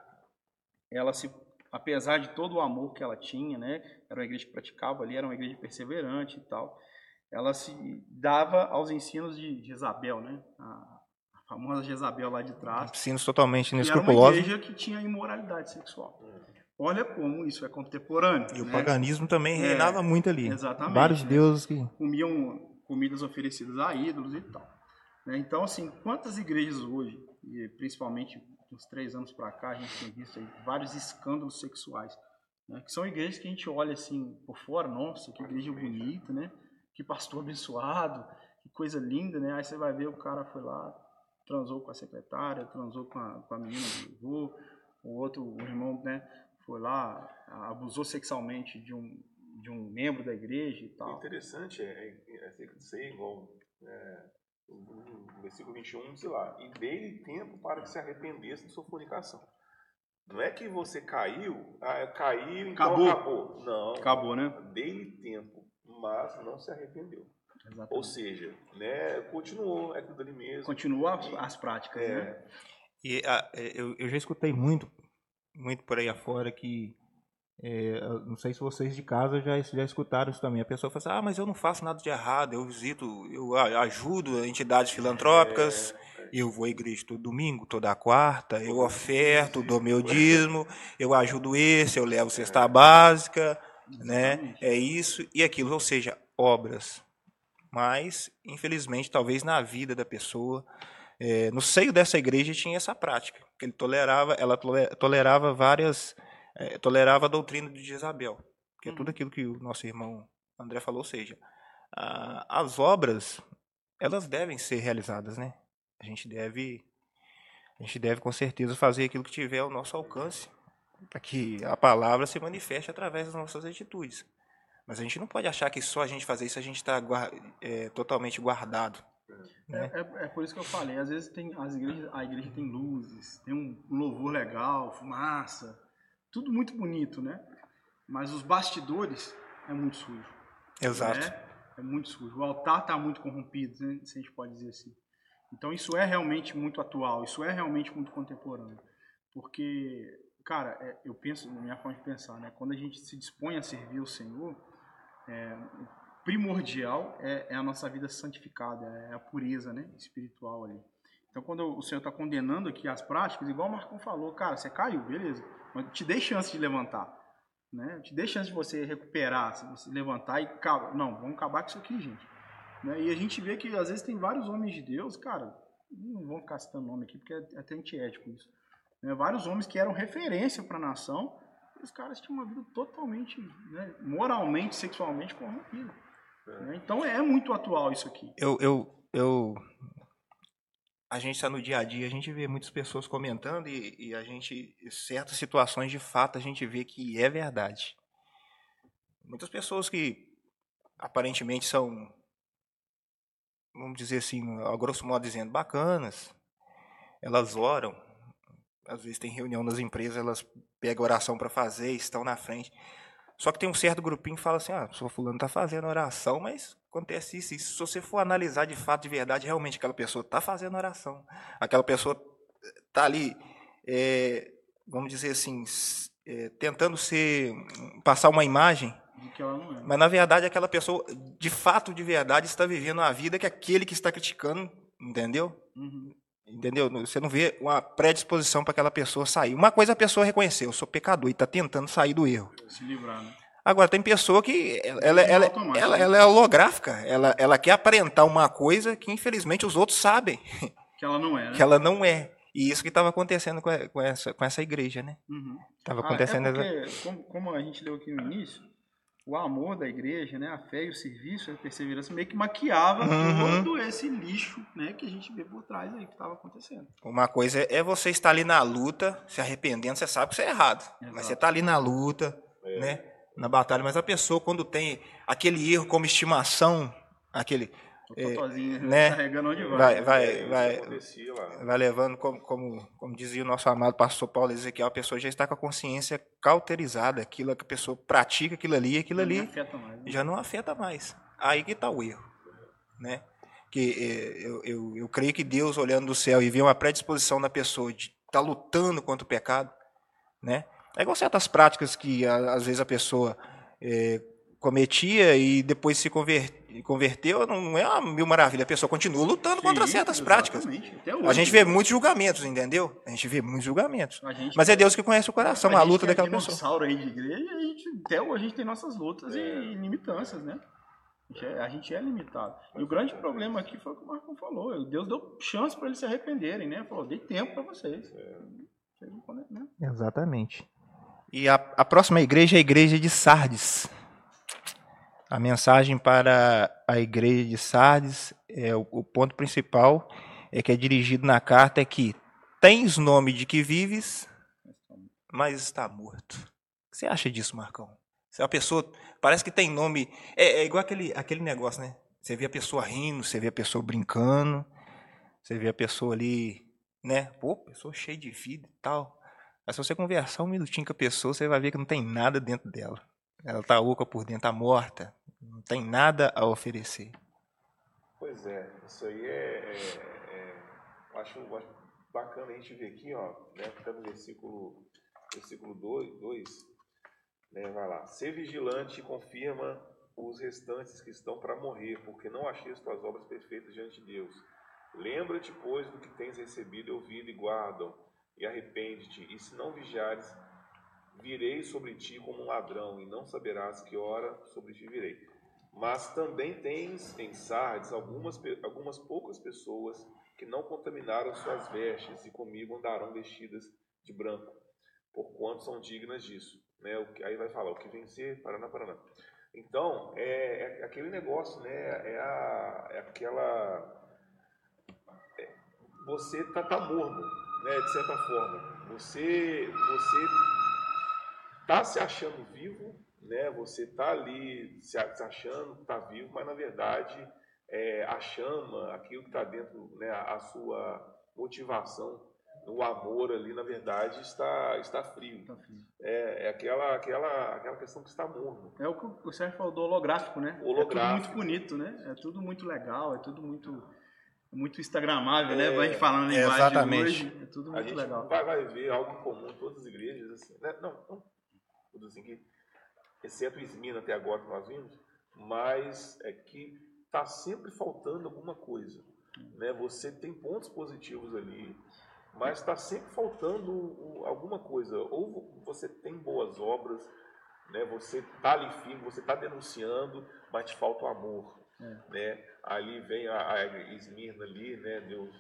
apesar de todo o amor que ela tinha, né, era uma igreja que praticava ali, era uma igreja perseverante e tal, ela se dava aos ensinos de Jezabel, né, a famosa Jezabel lá de trás. Ensinos totalmente inescrupulosos. Era uma igreja que tinha imoralidade sexual. Olha como isso é contemporâneo. E né? O paganismo também reinava muito ali. Exatamente. Vários deuses que comiam comidas oferecidas a ídolos e tal. Né? Então, assim, quantas igrejas hoje, e principalmente uns 3 anos para cá, a gente tem visto aí vários escândalos sexuais, né? Que são igrejas que a gente olha assim por fora, nossa, que igreja bonita, né? Que pastor abençoado, que coisa linda, né? Aí você vai ver, o cara foi lá, transou com a secretária, transou com a menina do avô, o irmão, né, foi lá, abusou sexualmente de um membro da igreja e tal. O interessante é ser igual, no versículo 21, sei lá, e dei-lhe tempo para que se arrependesse de sua fornicação. Não é que você caiu, então acabou. Não. Acabou, né? Dei-lhe tempo, mas não se arrependeu. Exatamente. Ou seja, né, continuou, é tudo ali mesmo. Continua as práticas, né? E eu já escutei muito por aí afora que, não sei se vocês de casa já escutaram isso também. A pessoa fala assim, mas eu não faço nada de errado, eu ajudo entidades filantrópicas, eu vou à igreja todo domingo, toda quarta, eu oferto, dou meu dízimo, eu ajudo eu levo cesta básica, né? É isso e aquilo, ou seja, obras. Mas, infelizmente, talvez na vida da pessoa, no seio dessa igreja tinha essa prática, que ela tolerava tolerava a doutrina de Jezabel, que é tudo aquilo que o nosso irmão André falou, ou seja, as obras, elas devem ser realizadas, né? A gente deve com certeza fazer aquilo que tiver ao nosso alcance, para que a palavra se manifeste através das nossas atitudes. Mas a gente não pode achar que só a gente fazer isso a gente está totalmente guardado. Né? É por isso que eu falei, às vezes a igreja tem luzes, tem um louvor legal, fumaça, tudo muito bonito, né? Mas os bastidores é muito sujo. Exato. Né? É muito sujo. O altar está muito corrompido, né? Se a gente pode dizer assim. Então isso é realmente muito atual, isso é realmente muito contemporâneo. Porque, cara, eu penso, na minha forma de pensar, né? Quando a gente se dispõe a servir o Senhor, o primordial é a nossa vida santificada, é a pureza, né, espiritual ali. Então, quando o Senhor está condenando aqui as práticas, igual o Marcão falou, cara, você caiu, beleza, mas te dei chance de levantar, né? Te dei chance de você recuperar, se levantar e não, vamos acabar com isso aqui, gente. Né? E a gente vê que às vezes tem vários homens de Deus, cara, não vamos ficar citando nome aqui porque é até antiético isso. Né? Vários homens que eram referência para a nação. Os caras tinham uma vida totalmente, né, moralmente, sexualmente corrompida. Né? Então é muito atual isso aqui. a gente está no dia a dia, a gente vê muitas pessoas comentando e a gente, certas situações de fato, a gente vê que é verdade. Muitas pessoas que aparentemente são, vamos dizer assim, a grosso modo dizendo, bacanas, elas oram, às vezes tem reunião nas empresas, elas pegam oração para fazer, estão na frente. Só que tem um certo grupinho que fala assim, o fulano está fazendo oração, mas acontece isso. E se você for analisar de fato, de verdade, realmente aquela pessoa está fazendo oração. Aquela pessoa está ali, vamos dizer assim, tentando passar uma imagem, De que ela não é. mas na verdade aquela pessoa, de fato, de verdade, está vivendo a vida que aquele que está criticando, entendeu? Uhum. Entendeu? Você não vê uma predisposição para aquela pessoa sair. Uma coisa a pessoa reconhecer, eu sou pecador e está tentando sair do erro. Se livrar, né? Agora, tem pessoa que ela é holográfica, ela quer aparentar uma coisa que infelizmente os outros sabem. Que ela não é, né? Que ela não é. E isso que estava acontecendo com essa igreja, né? Uhum. Estava acontecendo. Porque, como a gente leu aqui no início, o amor da igreja, né, a fé e o serviço, a perseverança, meio que maquiava todo esse lixo, né, que a gente vê por trás aí que estava acontecendo. Uma coisa é você estar ali na luta, se arrependendo, você sabe que você é errado. Exato. Mas você está ali na luta, né, na batalha. Mas a pessoa, quando tem aquele erro como estimação, aquele... né? Carregando onde vai levando, como dizia o nosso amado pastor Paulo Ezequiel, a pessoa já está com a consciência cauterizada, aquilo que a pessoa pratica, aquilo ali já não afeta mais. Aí que está o erro, né? Que eu creio que Deus, olhando do céu e vê uma predisposição na pessoa de estar lutando contra o pecado, né? É igual certas práticas que às vezes a pessoa cometia e depois se converteu, não é uma mil maravilha. A pessoa continua lutando contra certas práticas. A gente vê muitos julgamentos, entendeu? A gente vê muitos julgamentos. Mas é Deus que conhece o coração, a luta daquela pessoa. Aí de igreja, até hoje a gente tem nossas lutas e limitâncias, né? A gente é limitado. E o grande problema aqui foi o que o Marcão falou. Deus deu chance para eles se arrependerem, né? Falou, dei tempo para vocês. Né? Exatamente. E a próxima igreja é a igreja de Sardes. A mensagem para a igreja de Sardes, o ponto principal que é dirigido na carta é que tens nome de que vives, mas está morto. O que você acha disso, Marcão? Se a pessoa parece que tem nome, é igual aquele negócio, né? Você vê a pessoa rindo, você vê a pessoa brincando, você vê a pessoa ali, né? Pô, pessoa cheia de vida e tal. Mas se você conversar um minutinho com a pessoa, você vai ver que não tem nada dentro dela. Ela está oca por dentro, está morta. Não tem nada a oferecer. Pois é, isso aí acho bacana a gente ver aqui, ó, né, que está no versículo 2, né, vai lá. Ser vigilante e confirma os restantes que estão para morrer, porque não achei as tuas obras perfeitas diante de Deus. Lembra-te, pois, do que tens recebido e ouvido e guardam, e arrepende-te, e se não vigiares, virei sobre ti como um ladrão, e não saberás que hora sobre ti virei. Mas também tens em Sardes algumas poucas pessoas que não contaminaram suas vestes, e comigo andarão vestidas de branco, porquanto são dignas disso. Né? Aí vai falar, o que vencer, Paraná. Então, é aquele negócio, né? Você tá morno, né? De certa forma. Você tá se achando vivo, né? Você tá ali se achando que tá vivo, mas na verdade a chama, aquilo que está dentro, né? A sua motivação, o amor ali, na verdade, está frio. Está frio. É aquela questão que está morno. É o que o Sérgio falou do holográfico, né? Holográfico. É tudo muito bonito, né? É tudo muito legal, é tudo muito instagramável, né? A gente falando em linguagem de hoje, é tudo muito legal. Vai ver algo em comum em todas as igrejas, assim, né? Não, tudo assim que, exceto o Esmina até agora que nós vimos, mas é que está sempre faltando alguma coisa, né? Você tem pontos positivos ali, mas está sempre faltando alguma coisa. Ou você tem boas obras, né? Você está ali firme, você está denunciando, mas te falta o amor. Né? Ali vem a Esmirna ali, né? Deus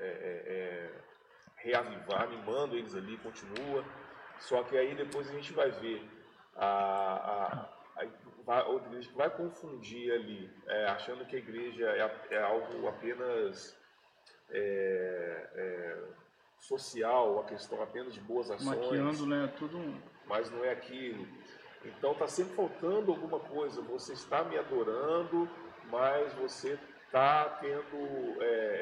reavivar, animando eles ali, continua. Só que aí depois a gente vai ver a igreja que vai confundir ali, achando que a igreja é algo apenas social, a questão apenas de boas ações. Maquiando, né? Tudo. Mas não é aquilo. Então está sempre faltando alguma coisa. Você está me adorando, mas você está tendo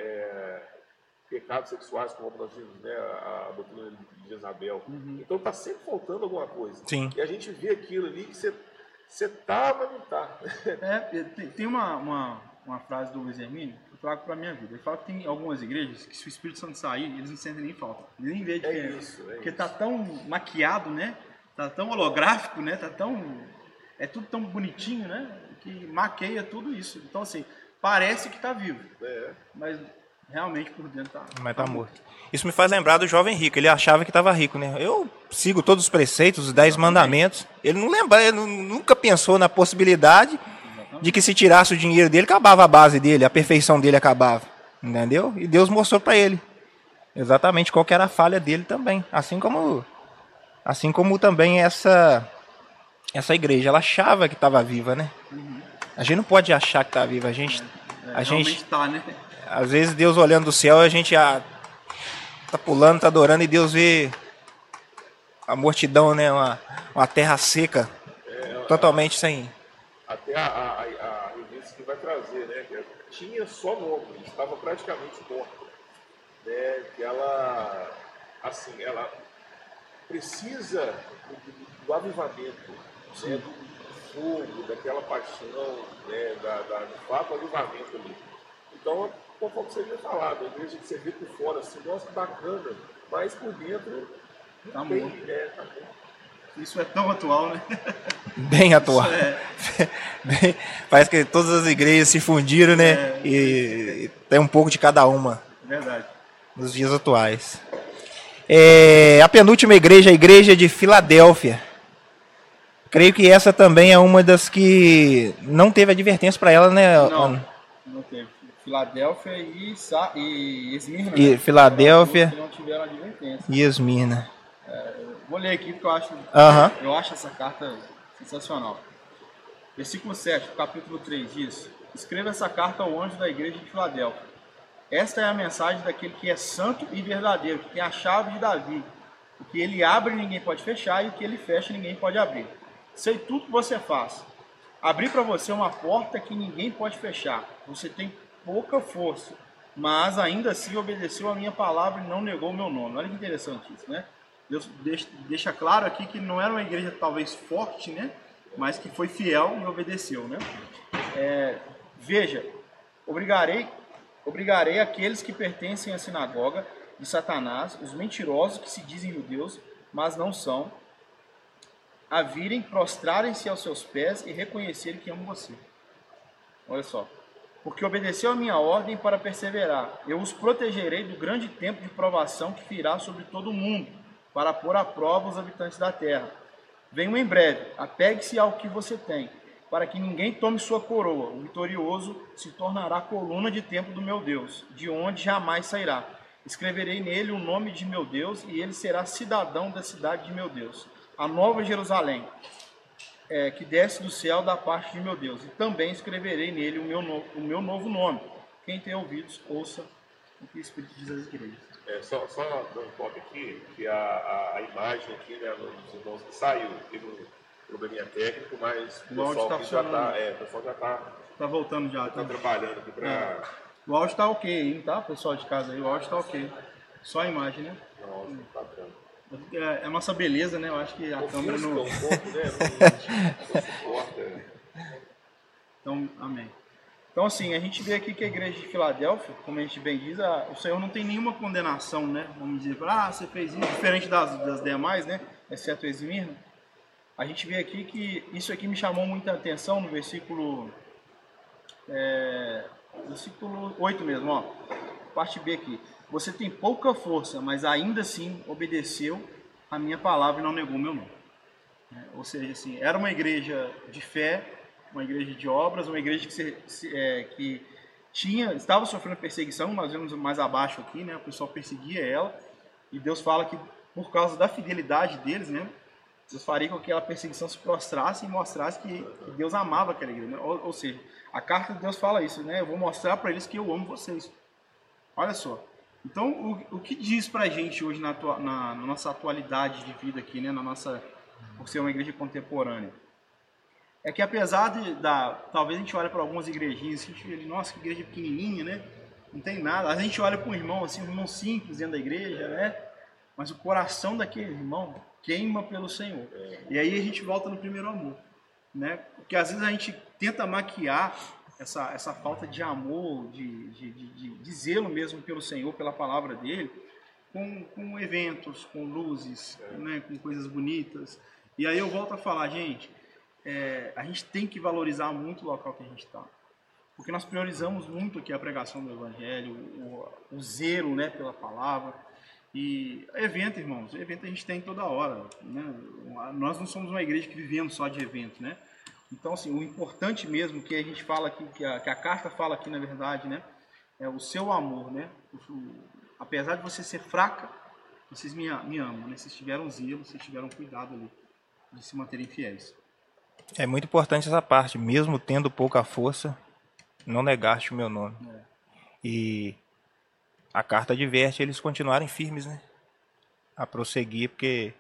pecados sexuais, como nós vimos, né, a doutrina de Jezabel. Então está sempre faltando alguma coisa. Sim. E a gente vê aquilo ali que você está, mas não está. Tem uma frase do Luiz Hermínio que eu trago para a minha vida. Ele fala que tem algumas igrejas que se o Espírito Santo sair, eles não sentem nem falta. Eles nem veem diferença. Porque está tão maquiado, né? Tá tão holográfico, né? É tudo tão bonitinho, né? Que maqueia tudo isso. Então, assim, parece que está vivo. Mas realmente por dentro tá. Mas tá morto. Isso me faz lembrar do jovem rico. Ele achava que estava rico, né? Eu sigo todos os preceitos, os 10 mandamentos. Ele não lembra, ele nunca pensou na possibilidade de que se tirasse o dinheiro dele, acabava a base dele, a perfeição dele acabava. Entendeu? E Deus mostrou para ele exatamente qual que era a falha dele também. Assim como também essa igreja, ela achava que estava viva, né? A gente não pode achar que está viva, a gente tá, né? Às vezes Deus olhando do céu, a gente tá pulando, tá adorando e Deus vê a mortidão, né? Uma terra seca, totalmente sem. Até a revista que vai trazer, né? Que tinha só nome, estava praticamente morta, né? Que ela, assim, ela precisa do avivamento, né, do fogo, daquela paixão, né, do fato avivamento ali. Então, conforme você havia falado, a igreja que você vê por fora, assim, nossa, que bacana, mas por dentro tá tem, morto. Tá morto. Isso é tão atual, né? Bem atual. Parece que todas as igrejas se fundiram, né? E tem um pouco de cada uma. Verdade. Nos dias atuais. A penúltima igreja, a igreja de Filadélfia. Creio que essa também é uma das que não teve advertência para ela, né? Não teve. Filadélfia e Esmirna. E Filadélfia não tiveram advertência. E Esmirna. Vou ler aqui porque eu acho essa carta sensacional. Versículo 7, capítulo 3 diz: escreva essa carta ao anjo da igreja de Filadélfia. Esta é a mensagem daquele que é santo e verdadeiro, que tem a chave de Davi. O que ele abre ninguém pode fechar, e o que ele fecha ninguém pode abrir. Sei tudo que você faz. Abri para você uma porta que ninguém pode fechar. Você tem pouca força, mas ainda assim obedeceu a minha palavra e não negou o meu nome. Olha que interessante isso, né? Deus deixa claro aqui que não era uma igreja talvez forte, né? Mas que foi fiel e obedeceu, né? Veja, obrigarei aqueles que pertencem à sinagoga de Satanás, os mentirosos que se dizem judeus, mas não são, a virem, prostrarem-se aos seus pés e reconhecerem que amo você. Olha só. Porque obedeceu a minha ordem para perseverar. Eu os protegerei do grande tempo de provação que virá sobre todo o mundo, para pôr à prova os habitantes da terra. Venho em breve, apegue-se ao que você tem, para que ninguém tome sua coroa. O vitorioso se tornará coluna de templo do meu Deus, de onde jamais sairá. Escreverei nele o nome de meu Deus, e ele será cidadão da cidade de meu Deus, a nova Jerusalém, que desce do céu da parte de meu Deus. E também escreverei nele o meu novo nome. Quem tem ouvidos, ouça o que o Espírito diz às igrejas. Só dando um toque aqui, que a imagem aqui, né, dos irmãos que saiu, teve um probleminha técnico, mas o pessoal já está voltando já. Está trabalhando aqui para... O áudio está ok, hein, tá, pessoal de casa aí? O áudio está ok. Só a imagem, né? Não, tá bom. É a nossa beleza, né? Eu acho que a câmera não... Então, amém. Então, assim, a gente vê aqui que a igreja de Filadélfia, como a gente bem diz, o Senhor não tem nenhuma condenação, né? Vamos dizer, você fez isso, diferente das demais, né? Exceto Esmirna. A gente vê aqui que isso aqui me chamou muita atenção no versículo 8 mesmo, ó. Parte B aqui. Você tem pouca força, mas ainda assim obedeceu a minha palavra e não negou meu nome. Ou seja, assim, era uma igreja de fé, uma igreja de obras, uma igreja que estava sofrendo perseguição. Nós vemos mais abaixo aqui, né? O pessoal perseguia ela, e Deus fala que por causa da fidelidade deles, né? Deus faria com que aquela perseguição se prostrasse e mostrasse que Deus amava aquela igreja. Né? Ou seja, a carta de Deus fala isso, né? Eu vou mostrar para eles que eu amo vocês. Olha só. Então, o que diz pra gente hoje na nossa atualidade de vida aqui, né? Por ser uma igreja contemporânea? É que apesar talvez a gente olhe para algumas igrejinhas e a gente vê, nossa, que igreja pequenininha, né? Não tem nada. A gente olha para um irmão, assim, um irmão simples dentro da igreja, né? Mas o coração daquele irmão queima pelo Senhor. E aí a gente volta no primeiro amor, né? Porque às vezes a gente tenta maquiar essa falta de amor, de zelo mesmo pelo Senhor, pela palavra dele, com eventos, com luzes, né? Com coisas bonitas. E aí eu volto a falar, gente, a gente tem que valorizar muito o local que a gente está. Porque nós priorizamos muito aqui a pregação do Evangelho, o zelo, né, pela palavra. E evento, irmãos, evento a gente tem toda hora, né? Nós não somos uma igreja que vivemos só de evento, né? Então, assim, o importante mesmo que a gente fala aqui, que a carta fala aqui, na verdade, né? É o seu amor, né? Apesar de você ser fraca, vocês me amam, né? Vocês tiveram zelo, vocês tiveram cuidado ali de se manterem fiéis. É muito importante essa parte, mesmo tendo pouca força, não negaste o meu nome. E a carta adverte eles continuarem firmes, né? A prosseguir, porque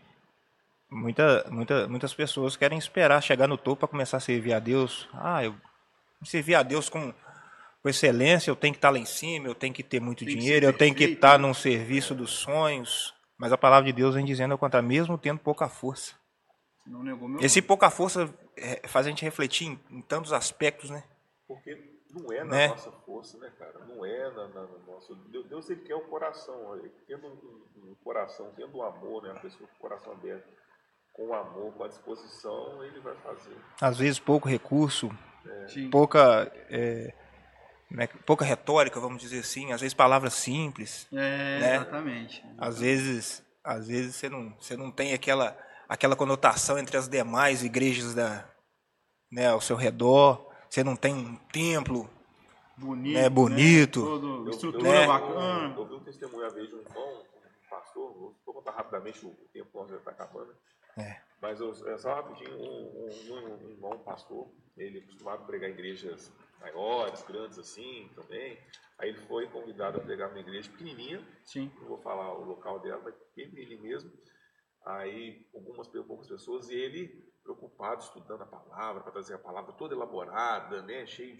muitas pessoas querem esperar chegar no topo para começar a servir a Deus. Eu servir a Deus com excelência, eu tenho que estar lá em cima, eu tenho que ter muito dinheiro, eu tenho que estar num serviço dos sonhos. Mas a palavra de Deus vem dizendo ao contrário, mesmo tendo pouca força. Não negou meu Esse pouca força faz a gente refletir em tantos aspectos, né? Porque não é na nossa força, né, cara? Não é na nossa... Deus, ele quer o coração. Tendo um coração, tendo um amor, né? A pessoa com o coração aberto, com amor, com a disposição, ele vai fazer. Às vezes pouco recurso, pouca retórica, vamos dizer assim. Às vezes palavras simples. Né? Exatamente. Às vezes você não tem aquela conotação entre as demais igrejas ao seu redor. Você não tem um templo bonito. Né? Estrutura bacana. Eu vi um testemunho uma vez de um irmão, um pastor, vou contar rapidamente, o tempo nós já está acabando. Mas só rapidinho, um irmão, um pastor, ele costumava pregar em igrejas maiores, grandes assim também. Aí ele foi convidado a pregar numa igreja pequenininha. Sim. Não vou falar o local dela, mas bem pequenininho mesmo. Aí poucas pessoas, e ele preocupado, estudando a palavra, para trazer a palavra toda elaborada, né, cheio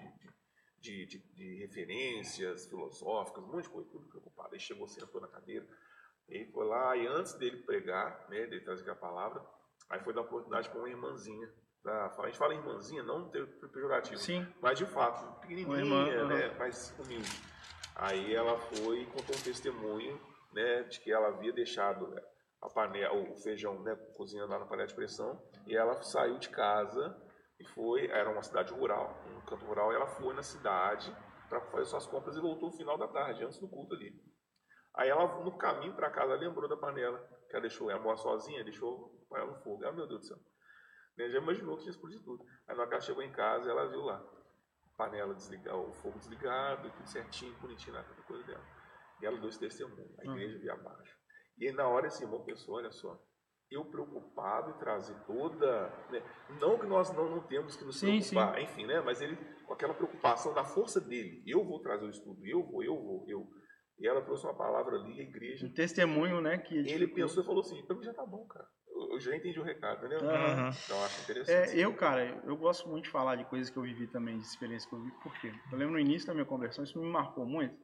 de referências filosóficas, um monte de coisa, tudo preocupado. Aí chegou, sentou na cadeira, ele foi lá, e antes dele pregar, né, dele trazer a palavra, aí foi dar oportunidade para uma irmãzinha. A gente fala irmãzinha, não pejorativo, mas de fato, pequenininha, né, mais humilde. Aí ela foi e contou um testemunho, né, de que ela havia deixado a panela, o feijão, né, cozinhando lá na panela de pressão, e ela saiu de casa e era uma cidade rural, um canto rural, e ela foi na cidade para fazer suas compras e voltou no final da tarde, antes do culto ali. Aí ela, no caminho para casa, lembrou da panela, que ela deixou, ela mora sozinha, deixou a panela no fogo. Meu Deus do céu. Já imaginou que tinha explodido tudo. Aí na hora que ela chegou em casa, ela viu lá a panela desligada, o fogo desligado, tudo certinho, bonitinho na coisa dela. E ela deu esse testemunho, a igreja veio abaixo. E aí na hora esse irmão pensou, olha só, eu preocupado em trazer toda... Né, não que nós não temos que nos preocupar, enfim, né? Mas ele, com aquela preocupação da força dele, eu vou trazer o estudo, eu vou. E ela trouxe uma palavra ali, a igreja... Um testemunho, né? Que ele pensou e falou assim, para mim já tá bom, cara. Eu já entendi o recado, entendeu? Então eu acho interessante. Eu gosto muito de falar de coisas que eu vivi também, de experiências que eu vivi, porque eu lembro no início da minha conversão, isso me marcou muito.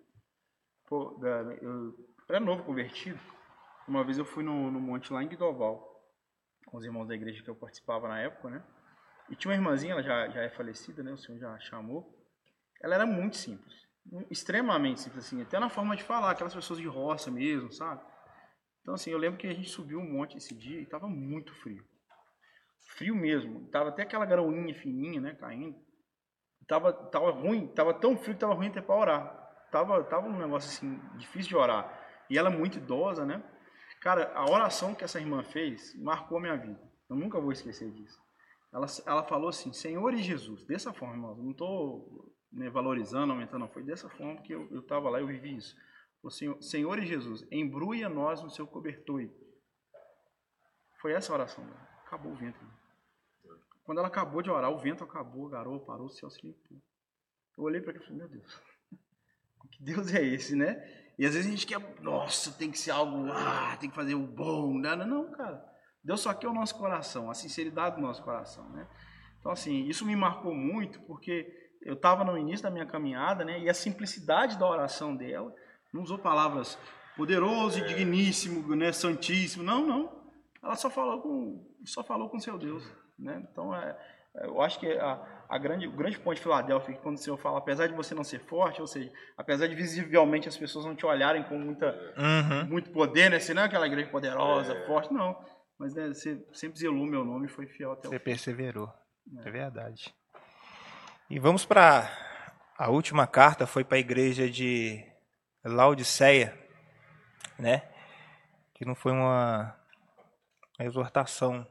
Eu era novo convertido. Uma vez eu fui no monte lá em Guidoval, com os irmãos da igreja que eu participava na época, né? E tinha uma irmãzinha, ela já é falecida, né? O Senhor já chamou. Ela era muito simples, extremamente simples, assim, até na forma de falar, aquelas pessoas de roça mesmo, sabe? Então, assim, eu lembro que a gente subiu um monte esse dia e tava muito frio. Frio mesmo. Tava até aquela garoinha fininha, né, caindo. Tava ruim, tava tão frio que tava ruim até para orar. Tava um negócio, assim, difícil de orar. E ela muito idosa, né? Cara, a oração que essa irmã fez marcou a minha vida. Eu nunca vou esquecer disso. Ela falou assim, Senhor e Jesus, dessa forma, irmão, não tô valorizando, aumentando, não. Foi dessa forma que eu tava lá, eu vivi isso. O Senhor e Jesus, embrulha nós no seu cobertor. Foi essa a oração. Acabou o vento. Quando ela acabou de orar, o vento acabou, a garoa parou, o céu se limpou. Eu olhei para aquilo e falei, meu Deus, Que Deus é esse, né? E às vezes a gente quer, nossa, tem que ser algo, tem que fazer o bom. Não, cara. Deus só quer o nosso coração, a sinceridade do nosso coração, né? Então, assim, isso me marcou muito, porque eu estava no início da minha caminhada, né? E a simplicidade da oração dela, não usou palavras poderoso e digníssimo, né? Santíssimo, não. Ela só falou com seu Deus, né? Então, eu acho que o grande ponto de Filadélfia, que quando o Senhor fala, apesar de você não ser forte, ou seja, apesar de visivelmente as pessoas não te olharem com muito poder, né? Você não é aquela igreja poderosa, forte, não. Mas né, você sempre zelou meu nome e foi fiel até o fim. Você perseverou. É verdade. E vamos para a última carta, foi para a igreja de Laodiceia, né? Que não foi uma exortação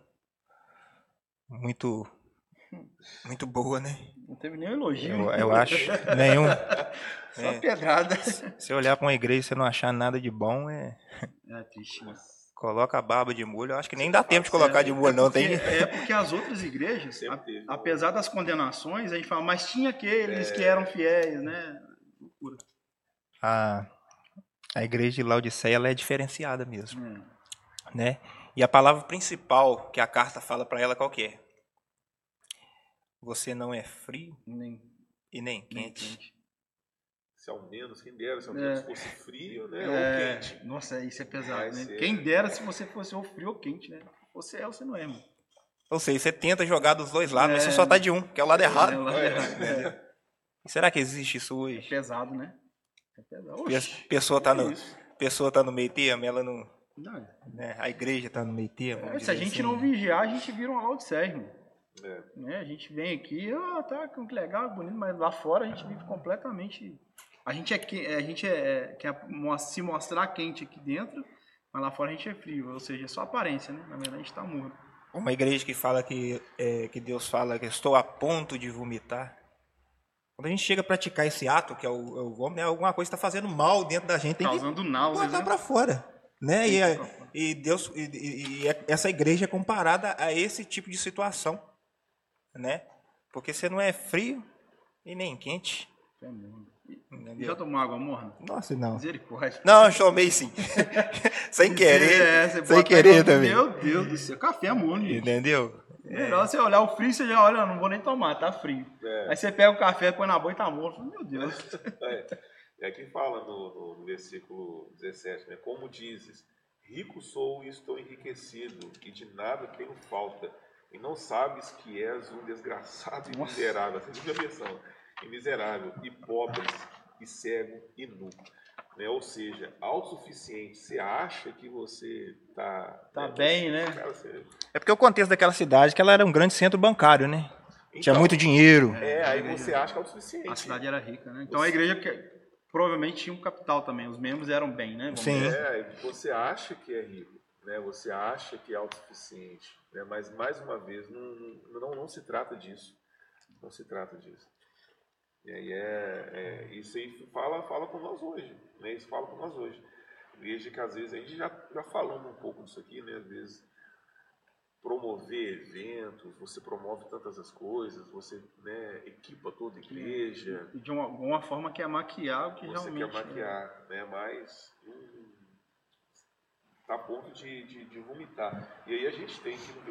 muito boa, né? Não teve nenhum elogio. Eu acho. Nenhum. Só pedrada. Se olhar para uma igreja e você não achar nada de bom, É triste. Coloca a barba de molho. Eu acho que nem dá tempo de colocar de molho, não. Porque as outras igrejas, apesar das condenações, a gente fala, mas tinha aqueles que eram fiéis, né? Loucura. A igreja de Laodiceia, ela é diferenciada mesmo. Né? E a palavra principal que a carta fala para ela, qual que é? Você não é frio e nem quente. Se ao menos, quem dera, se ao menos fosse frio, né? Ou quente. Nossa, isso é pesado, né? Quem dera se você fosse ou frio ou quente, né? Você é ou você não é, irmão. Ou seja, você tenta jogar dos dois lados, mas você só tá de um, que é o lado errado. E será que existe isso hoje? É pesado, né? É pesado. Pessoa tá no meio termo, ela não... Né? A igreja tá no meio termo. Se a gente não vigiar, a gente vira uma Laodiceia, irmão. Né? A gente vem aqui, tá, que legal, bonito, mas lá fora a gente vive completamente... A gente quer se mostrar quente aqui dentro, mas lá fora a gente é frio, ou seja, é só aparência, né? Na verdade a gente está morto. Uma igreja que fala que Deus fala que estou a ponto de vomitar. Quando a gente chega a praticar esse ato, que é o vômito, né? Alguma coisa está fazendo mal dentro da gente, tem causando que náuseas, botar para fora. Né? Essa igreja é comparada a esse tipo de situação. Né? Porque você não é frio e nem quente. Já tomou água morna? Nossa, não. Misericórdia. Não, eu tomei sim. Sem querer. Sem querer também. Meu Deus do céu, café é morno, gente. Entendeu? Melhor você olhar o frio, você já olha, não vou nem tomar, tá frio. Aí você pega o café, põe na boca e tá morto. Meu Deus. É aqui fala no versículo 17, né? Como dizes, rico sou e estou enriquecido, e de nada tenho falta. E não sabes que és um desgraçado e miserável. Essa é a segunda versão. E miserável, e pobre, e cego, e nu. Né? Ou seja, autossuficiente. Você acha que você tá bem, né? Cara, É porque o contexto daquela cidade, que ela era um grande centro bancário, né? Então, tinha muito dinheiro. Aí você acha que é autossuficiente. A cidade era rica, né? Então a igreja provavelmente tinha um capital também. Os membros eram bem, né? Sim. Você acha que é rico, né? Você acha que é autossuficiente. Né? Mas, mais uma vez, não se trata disso. Não se trata disso. E aí isso aí fala com nós hoje. Né? Isso fala com nós hoje. Igreja que às vezes a gente já falando um pouco disso aqui, né? Às vezes promover eventos, você promove tantas as coisas, você, né, equipa toda a igreja. De alguma forma quer maquiar o que você realmente... Você quer maquiar, né? Mas está a ponto de vomitar. E aí a gente tem aqui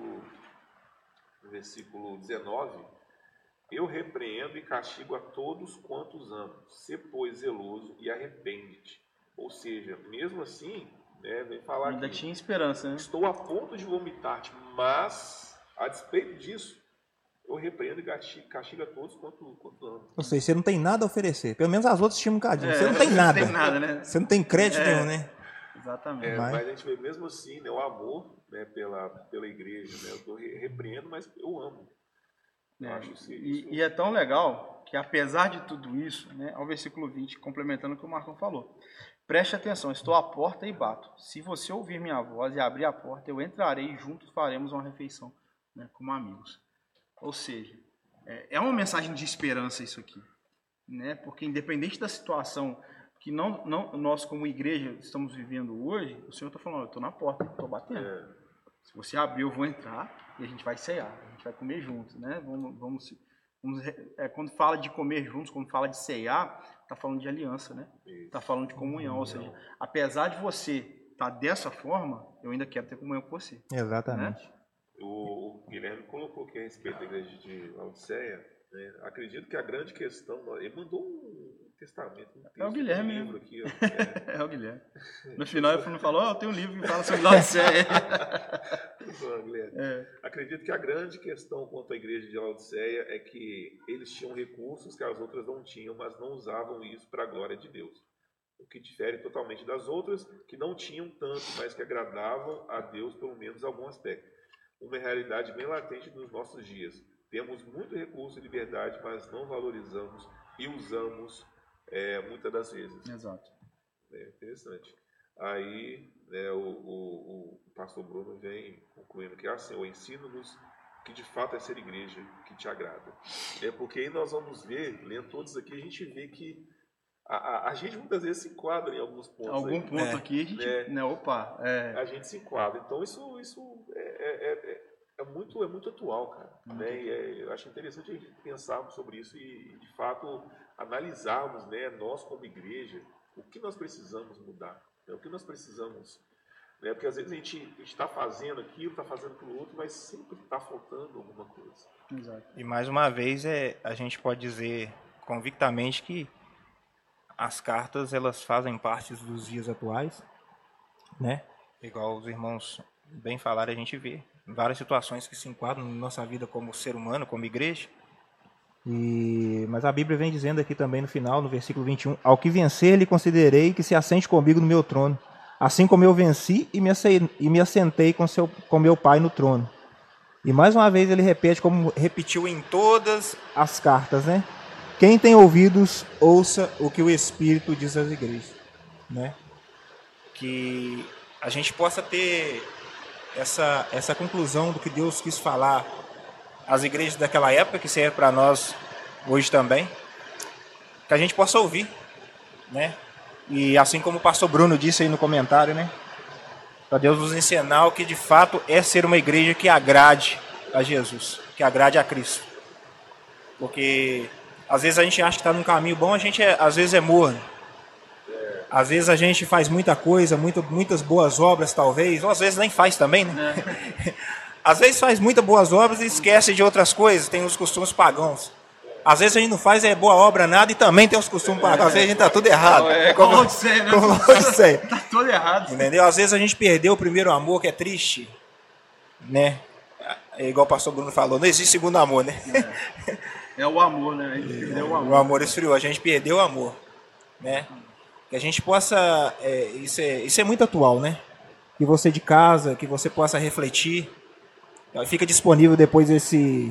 no versículo 19, eu repreendo e castigo a todos quantos amo, sê pois zeloso e arrepende-te. Ou seja, mesmo assim, né, vem falar ainda aqui, tinha esperança, né? Estou a ponto de vomitar-te, mas a despeito disso, eu repreendo e castigo a todos quanto amo. Ou seja, você não tem nada a oferecer. Pelo menos as outras tinham um bocadinho. Você não tem nada. Não tem nada, né? Você não tem crédito nenhum, né? Exatamente. Mas a gente vê mesmo assim, né, o amor, né, pela igreja. Né, eu repreendo, mas eu amo. Eu acho isso. E é tão legal que, apesar de tudo isso, né, ao versículo 20, complementando o que o Marcão falou, preste atenção, estou à porta e bato. Se você ouvir minha voz e abrir a porta, eu entrarei e juntos faremos uma refeição, né, como amigos. Ou seja, é uma mensagem de esperança isso aqui. Né, porque independente da situação que nós como igreja estamos vivendo hoje, o Senhor está falando, eu estou na porta, estou batendo. Se você abrir, eu vou entrar e a gente vai ceiar, a gente vai comer juntos, né? Quando fala de comer juntos, quando fala de ceiar, tá falando de aliança, né? Tá falando de comunhão, ou seja, apesar de você estar dessa forma, eu ainda quero ter comunhão com você. Exatamente. Né? O Guilherme colocou aqui a respeito da igreja de Laodiceia, né? Acredito que a grande questão, ele mandou um testamento, um texto, É o Guilherme, um livro aqui, ó, É o Guilherme. No final ele não falou, tem um livro que fala sobre Laodiceia. Acredito que a grande questão quanto à igreja de Laodiceia é que eles tinham recursos que as outras não tinham, mas não usavam isso para a glória de Deus. O que difere totalmente das outras, que não tinham tanto, mas que agradavam a Deus, pelo menos em algum aspecto. Uma realidade bem latente nos nossos dias. Temos muito recurso e liberdade, mas não valorizamos e usamos muitas das vezes. Exato. Interessante. Aí, né, o pastor Bruno vem concluindo que Senhor, ensina-nos que de fato é ser igreja que te agrada. Porque aí nós vamos ver, lendo todos aqui, a gente vê que a gente muitas vezes se enquadra em alguns pontos. Algum ponto aqui a gente... A gente se enquadra. Então isso é muito atual, cara. Né? E eu acho interessante a gente pensarmos sobre isso e de fato analisarmos, né, nós como igreja, o que nós precisamos mudar, né? O que nós precisamos... Né? Porque às vezes a gente está fazendo aquilo, está fazendo aquilo outro, mas sempre está faltando alguma coisa. Exato. E mais uma vez a gente pode dizer convictamente que as cartas, elas fazem parte dos dias atuais, né? Igual os irmãos bem falaram, a gente vê várias situações que se enquadram na nossa vida como ser humano, como igreja. Mas a Bíblia vem dizendo aqui também no final, no versículo 21, ao que vencer lhe considerei que se assente comigo no meu trono, assim como eu venci e me assentei com meu Pai no trono. E mais uma vez ele repete, como repetiu em todas as cartas, né? Quem tem ouvidos, ouça o que o Espírito diz às igrejas, né? Que a gente possa ter essa conclusão do que Deus quis falar às igrejas daquela época, que serve para nós hoje também, que a gente possa ouvir, né? E assim como o pastor Bruno disse aí no comentário, né? Para Deus nos ensinar o que de fato é ser uma igreja que agrade a Jesus, que agrade a Cristo. Porque às vezes a gente acha que está num caminho bom, a gente às vezes é morno. Às vezes a gente faz muita coisa, muitas boas obras talvez, ou às vezes nem faz também, né? Às vezes faz muitas boas obras e esquece de outras coisas, tem os costumes pagãos. Às vezes a gente não faz boa obra nada e também tem os costumes pagãos, às vezes a gente está tudo errado. Como Laodiceia, né? Laodiceia. Tá tudo errado. Entendeu? Às vezes a gente perdeu o primeiro amor, que é triste, né? É igual o pastor Bruno falou, não existe segundo amor, né? É o amor, né? A gente perdeu o amor. O amor esfriou, a gente perdeu o amor, né? Que a gente possa, isso é muito atual, né? Que você de casa, que você possa refletir. Fica disponível depois esse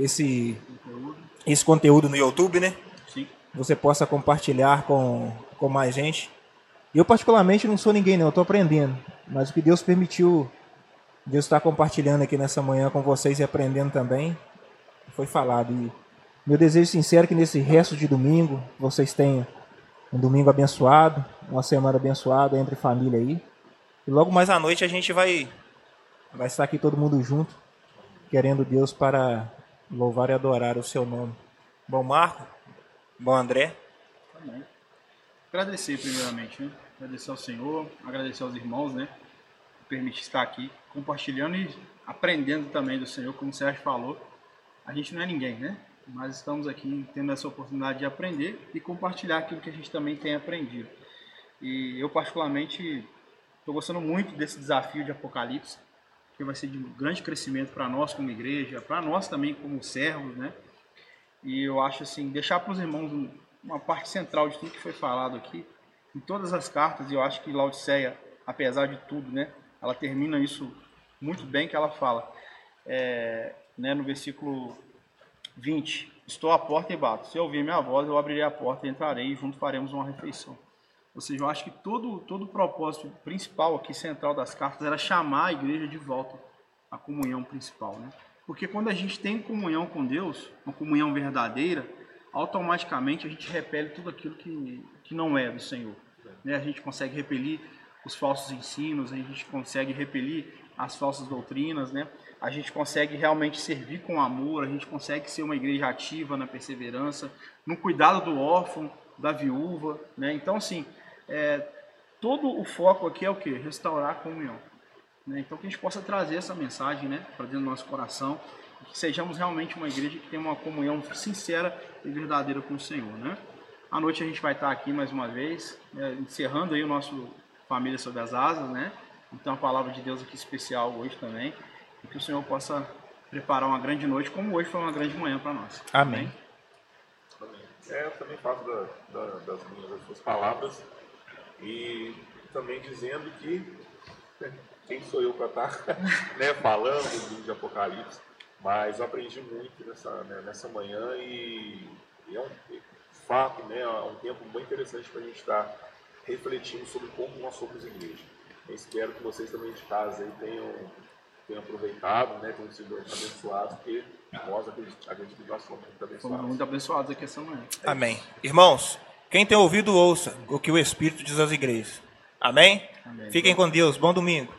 conteúdo no YouTube, né? Sim. Você possa compartilhar com mais gente. Eu particularmente não sou ninguém, não, eu estou aprendendo. Mas o que Deus permitiu, Deus está compartilhando aqui nessa manhã com vocês e aprendendo também, foi falado. E meu desejo sincero é que nesse resto de domingo, vocês tenham um domingo abençoado, uma semana abençoada entre família aí. E logo mais à noite a gente vai estar aqui todo mundo junto, querendo Deus para louvar e adorar o seu nome. Bom Marco, bom André. Amém. Agradecer primeiramente, né? Agradecer ao Senhor, agradecer aos irmãos, né? Permitir estar aqui, compartilhando e aprendendo também do Senhor, como o Sérgio falou. A gente não é ninguém, né? Mas estamos aqui tendo essa oportunidade de aprender e compartilhar aquilo que a gente também tem aprendido. E eu particularmente estou gostando muito desse desafio de Apocalipse, que vai ser de um grande crescimento para nós como igreja, para nós também como servos, né? E eu acho assim, deixar para os irmãos uma parte central de tudo que foi falado aqui, em todas as cartas, e eu acho que Laodiceia, apesar de tudo, né? Ela termina isso muito bem, que ela fala, né, no versículo 20, estou à porta e bato. Se ouvir minha voz, eu abrirei a porta, entrarei e junto faremos uma refeição. Ou seja, eu acho que todo o propósito principal aqui, central das cartas, era chamar a igreja de volta à comunhão principal, né? Porque quando a gente tem comunhão com Deus, uma comunhão verdadeira, automaticamente a gente repele tudo aquilo que não é do Senhor, né? A gente consegue repelir os falsos ensinos, a gente consegue repelir as falsas doutrinas, né? A gente consegue realmente servir com amor, a gente consegue ser uma igreja ativa na perseverança, no cuidado do órfão, da viúva, né? Então, assim, todo o foco aqui é o quê? Restaurar a comunhão. Né? Então, que a gente possa trazer essa mensagem, né, para dentro do nosso coração, que sejamos realmente uma igreja que tenha uma comunhão sincera e verdadeira com o Senhor, né? À noite a gente vai estar aqui mais uma vez, encerrando aí o nosso Família Sob as Asas, né? Então, a palavra de Deus aqui especial hoje também, e que o Senhor possa preparar uma grande noite, como hoje foi uma grande manhã para nós. Amém. Eu também faço das minhas suas palavras e também dizendo que quem sou eu para estar né, falando do livro de Apocalipse, mas eu aprendi muito nessa manhã e é um fato, né, é um tempo bem interessante para a gente estar refletindo sobre como nós somos igreja. Eu espero que vocês também de casa aí tenham aproveitado, né, tenham sido abençoados, porque nós acreditamos que nós somos muito abençoados. Fomos muito abençoados aqui essa manhã. Amém. Irmãos, quem tem ouvido, ouça o que o Espírito diz às igrejas. Amém? Amém. Fiquem com Deus. Bom domingo.